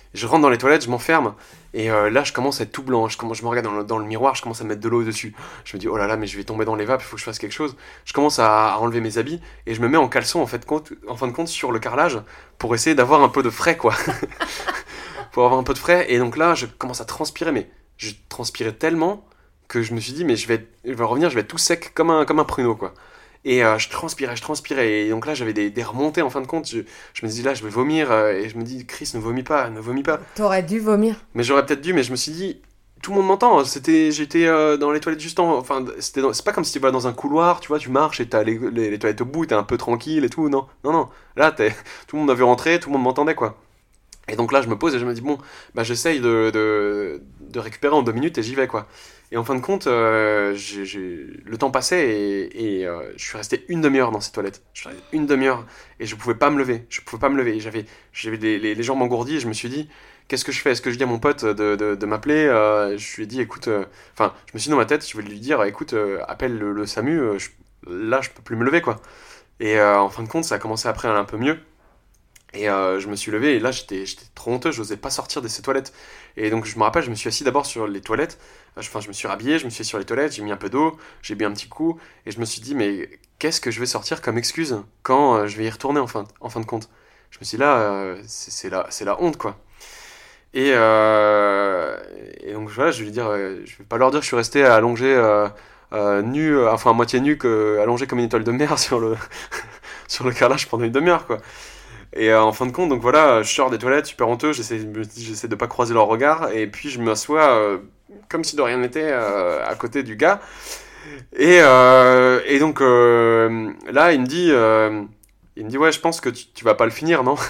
Je rentre dans les toilettes, je m'enferme, et euh, là je commence à être tout blanc, je, commence, je me regarde dans le, dans le miroir, je commence à mettre de l'eau dessus. Je me dis, oh là là, mais je vais tomber dans les vapes, il faut que je fasse quelque chose. Je commence à, à enlever mes habits, et je me mets en caleçon en, fait, compte, en fin de compte sur le carrelage, pour essayer d'avoir un peu de frais, quoi. Pour avoir un peu de frais, et donc là je commence à transpirer, mais je transpirais tellement que je me suis dit, mais je vais, être, je vais revenir, je vais être tout sec comme un, comme un pruneau, quoi. Et euh, je transpirais, je transpirais. Et donc là, j'avais des, des remontées en fin de compte. Je, je me disais, là, je vais vomir. euh, et je me dis, Chris, ne vomis pas, ne vomis pas. T'aurais dû vomir. Mais j'aurais peut-être dû, mais je me suis dit, tout le monde m'entend. C'était, j'étais euh, dans les toilettes juste en. Enfin, c'était dans- c'est pas comme si tu vas dans un couloir, tu vois, tu marches et t'as les, les, les toilettes au bout, t'es un peu tranquille et tout. Non, non, non. Là, t'es, tout le monde m'a vu rentrer, tout le monde m'entendait, quoi. Et donc là, je me pose et je me dis, bon, bah, j'essaye de, de, de récupérer en deux minutes et j'y vais, quoi. Et en fin de compte, euh, j'ai, j'ai- le temps passait et, et, euh, je suis resté une demi-heure dans ces toilettes. Je suis resté une demi-heure et je pouvais pas me lever. Je pouvais pas me lever. J'avais, j'avais les, les, les jambes engourdies et je me suis dit, qu'est-ce que je fais? Est-ce que je dis à mon pote de, de, de m'appeler? Euh, Je lui ai dit, écoute, euh, enfin, je me suis dit dans ma tête, je vais lui dire, écoute, euh, appelle le, le SAMU, euh, je- là, je peux plus me lever, quoi. Et euh, en fin de compte, ça a commencé après à aller un peu mieux. Et euh, je me suis levé et là j'étais j'étais trop honteux, je n'osais pas sortir de ces toilettes. Et donc je me rappelle, je me suis assis d'abord sur les toilettes, Euh, enfin je me suis rhabillé, je me suis assis sur les toilettes, j'ai mis un peu d'eau, j'ai bu un petit coup, et je me suis dit mais qu'est-ce que je vais sortir comme excuse quand euh, je vais y retourner en fin, en fin de compte. Je me suis dit là, euh, c'est c'est la, c'est la honte quoi. Et, euh, et donc voilà, je vais lui dire, euh, je vais pas leur dire que je suis resté allongé, euh, euh, nu, euh, enfin à moitié nu, que, allongé comme une étoile de mer sur le, sur le carrelage pendant une demi-heure quoi. Et euh, en fin de compte, donc voilà, je sors des toilettes super honteux, j'essaie, je me dis, j'essaie de pas croiser leur regard, et puis je m'assois euh, comme si de rien n'était euh, à côté du gars. Et, euh, et donc euh, là, il me dit, euh, il me dit ouais, je pense que tu, tu vas pas le finir, non?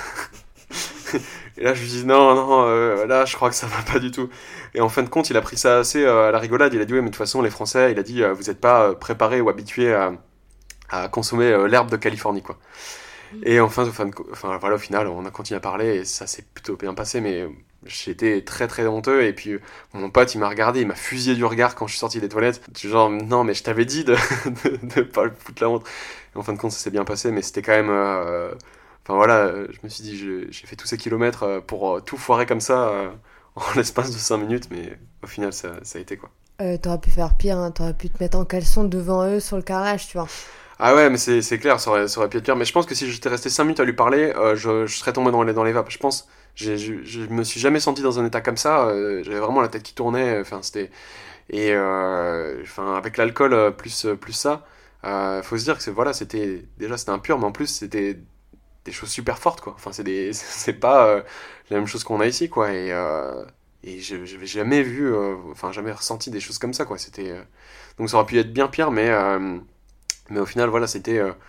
Et là, je lui dis non, non, euh, là, je crois que ça va pas du tout. Et en fin de compte, il a pris ça assez euh, à la rigolade. Il a dit ouais, mais de toute façon, les Français, il a dit, euh, vous êtes pas euh, préparés ou habitués à, à consommer euh, l'herbe de Californie, quoi. Et enfin, enfin, enfin, voilà, au final, on a continué à parler et ça s'est plutôt bien passé, mais j'étais très très honteux. Et puis, mon pote, il m'a regardé, il m'a fusillé du regard quand je suis sorti des toilettes. Du genre, non, mais je t'avais dit de, de, de pas le foutre la honte. Et en fin de compte, ça s'est bien passé, mais c'était quand même. euh, Enfin voilà, je me suis dit, je- j'ai fait tous ces kilomètres euh, pour euh, tout foirer comme ça euh, en l'espace de cinq minutes, mais au final, ça, ça a été quoi. Euh, t'aurais pu faire pire, hein. T'aurais pu te mettre en caleçon devant eux sur le carrelage, tu vois. Ah ouais, mais c'est c'est clair, ça aurait, ça aurait pu être pire. Mais je pense que si j'étais resté cinq minutes à lui parler, euh, je, je serais tombé dans les, dans les vapes. Je pense, j'ai- je, je me suis jamais senti dans un état comme ça. euh, J'avais vraiment la tête qui tournait. Enfin, c'était et euh, enfin avec l'alcool euh, plus euh, plus ça, euh, faut se dire que c'est voilà, c'était déjà c'était impur, mais en plus c'était des choses super fortes quoi. Enfin, c'est des c'est pas euh, la même chose qu'on a ici quoi. Et euh, et je j'avais jamais vu, euh, enfin jamais ressenti des choses comme ça quoi. C'était euh, donc ça aurait pu être bien pire, mais euh, mais au final voilà, c'était euh,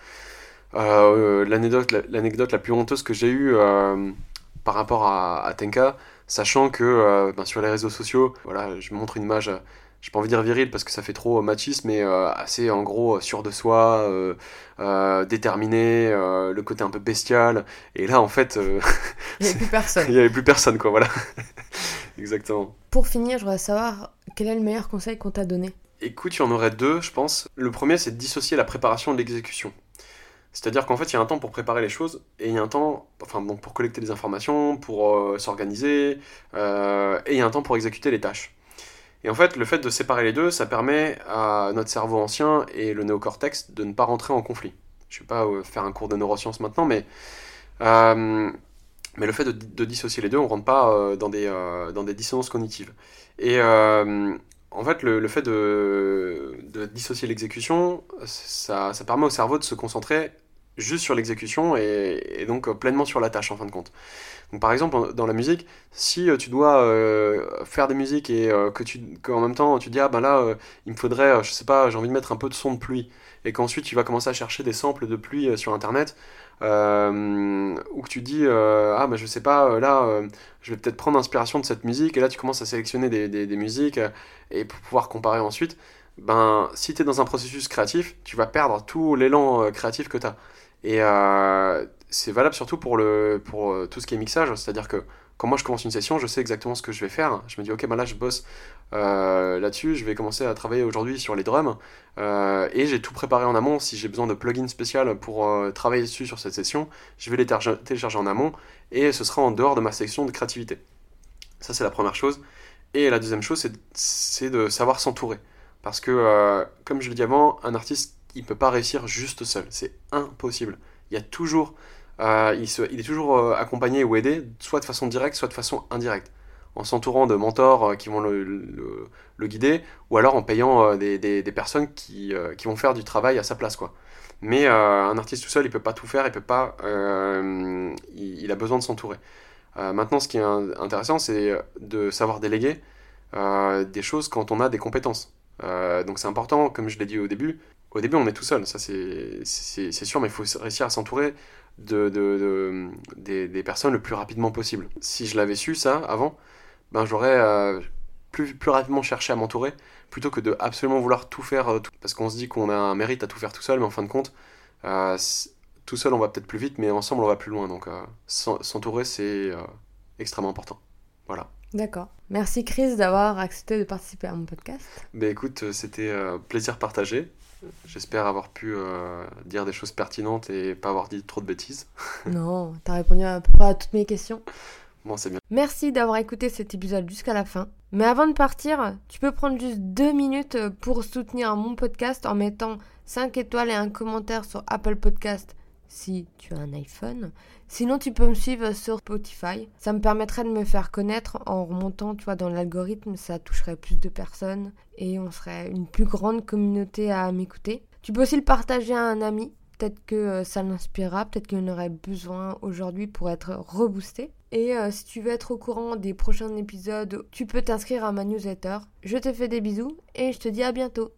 euh, l'anecdote, la, l'anecdote la plus honteuse que j'ai eue euh, par rapport à, à Tenka, sachant que euh, ben, sur les réseaux sociaux, voilà, je montre une image, euh, j'ai pas envie de dire viril parce que ça fait trop machiste, mais euh, assez en gros euh, sûr de soi, euh, euh, déterminé, euh, le côté un peu bestial. Et là, en fait, euh, Il n'y avait plus personne. il y avait plus personne, quoi, voilà. Exactement. Pour finir, je voudrais savoir quel est le meilleur conseil qu'on t'a donné. Écoute, il y en aurait deux, je pense. Le premier, c'est de dissocier la préparation de l'exécution. C'est-à-dire qu'en fait, il y a un temps pour préparer les choses et il y a un temps, enfin, donc pour collecter des informations, pour euh, s'organiser, euh, et il y a un temps pour exécuter les tâches. Et en fait, le fait de séparer les deux, ça permet à notre cerveau ancien et le néocortex de ne pas rentrer en conflit. Je ne vais pas euh, faire un cours de neurosciences maintenant, mais, euh, mais le fait de, de dissocier les deux, on ne rentre pas euh, dans, des, euh, dans des dissonances cognitives. Et euh, en fait, le, le fait de, de dissocier l'exécution, ça, ça permet au cerveau de se concentrer juste sur l'exécution et, et donc euh, pleinement sur la tâche en fin de compte. Donc, par exemple, dans la musique, si euh, tu dois euh, faire des musiques et euh, que tu, qu'en même temps tu dis ah ben là euh, il me faudrait, euh, je sais pas, j'ai envie de mettre un peu de son de pluie, et qu'ensuite tu vas commencer à chercher des samples de pluie euh, sur internet, euh, ou que tu dis euh, ah ben je sais pas, euh, là euh, je vais peut-être prendre inspiration de cette musique, et là tu commences à sélectionner des, des, des musiques euh, et pour pouvoir comparer ensuite, ben si tu es dans un processus créatif, tu vas perdre tout l'élan euh, créatif que tu as. Et euh, c'est valable surtout pour, le, pour euh, tout ce qui est mixage, c'est-à-dire que quand moi je commence une session, je sais exactement ce que je vais faire. Je me dis, ok, ben là je bosse euh, là-dessus, je vais commencer à travailler aujourd'hui sur les drums, euh, et j'ai tout préparé en amont. Si j'ai besoin de plugins spéciaux pour euh, travailler dessus sur cette session, je vais les télécharger télécharger en amont, et ce sera en dehors de ma section de créativité. Ça, c'est la première chose. Et la deuxième chose, c'est, c'est de savoir s'entourer. Parce que, euh, comme je l'ai dit avant, un artiste, il ne peut pas réussir juste seul. C'est impossible. Il y a toujours, euh, il, se, il est toujours euh, accompagné ou aidé, soit de façon directe, soit de façon indirecte. En s'entourant de mentors euh, qui vont le, le, le guider, ou alors en payant euh, des, des, des personnes qui, euh, qui vont faire du travail à sa place, quoi. Mais euh, un artiste tout seul, il peut pas tout faire, il peut pas, euh, il, il a besoin de s'entourer. Euh, maintenant, ce qui est intéressant, c'est de savoir déléguer euh, des choses quand on a des compétences. Euh, donc c'est important, comme je l'ai dit au début, au début on est tout seul, ça c'est, c'est, c'est sûr, mais il faut réussir à s'entourer de, de, de, des, des personnes le plus rapidement possible. Si je l'avais su ça avant, ben j'aurais euh, plus, plus rapidement cherché à m'entourer, plutôt que de absolument vouloir tout faire, euh, tout, parce qu'on se dit qu'on a un mérite à tout faire tout seul, mais en fin de compte, euh, tout seul on va peut-être plus vite, mais ensemble on va plus loin, donc euh, s'entourer c'est euh, extrêmement important. Voilà. D'accord. Merci Chris d'avoir accepté de participer à mon podcast. Ben écoute, c'était euh, plaisir partagé. J'espère avoir pu euh, dire des choses pertinentes et pas avoir dit trop de bêtises. Non, t'as répondu à peu près à toutes mes questions. Bon, c'est bien. Merci d'avoir écouté cet épisode jusqu'à la fin. Mais avant de partir, tu peux prendre juste deux minutes pour soutenir mon podcast en mettant cinq étoiles et un commentaire sur Apple Podcast si tu as un iPhone. Sinon, tu peux me suivre sur Spotify. Ça me permettrait de me faire connaître en remontant, tu vois, dans l'algorithme. Ça toucherait plus de personnes et on serait une plus grande communauté à m'écouter. Tu peux aussi le partager à un ami. Peut-être que ça l'inspirera, peut-être qu'il en aurait besoin aujourd'hui pour être reboosté. Et euh, si tu veux être au courant des prochains épisodes, tu peux t'inscrire à ma newsletter. Je te fais des bisous et je te dis à bientôt.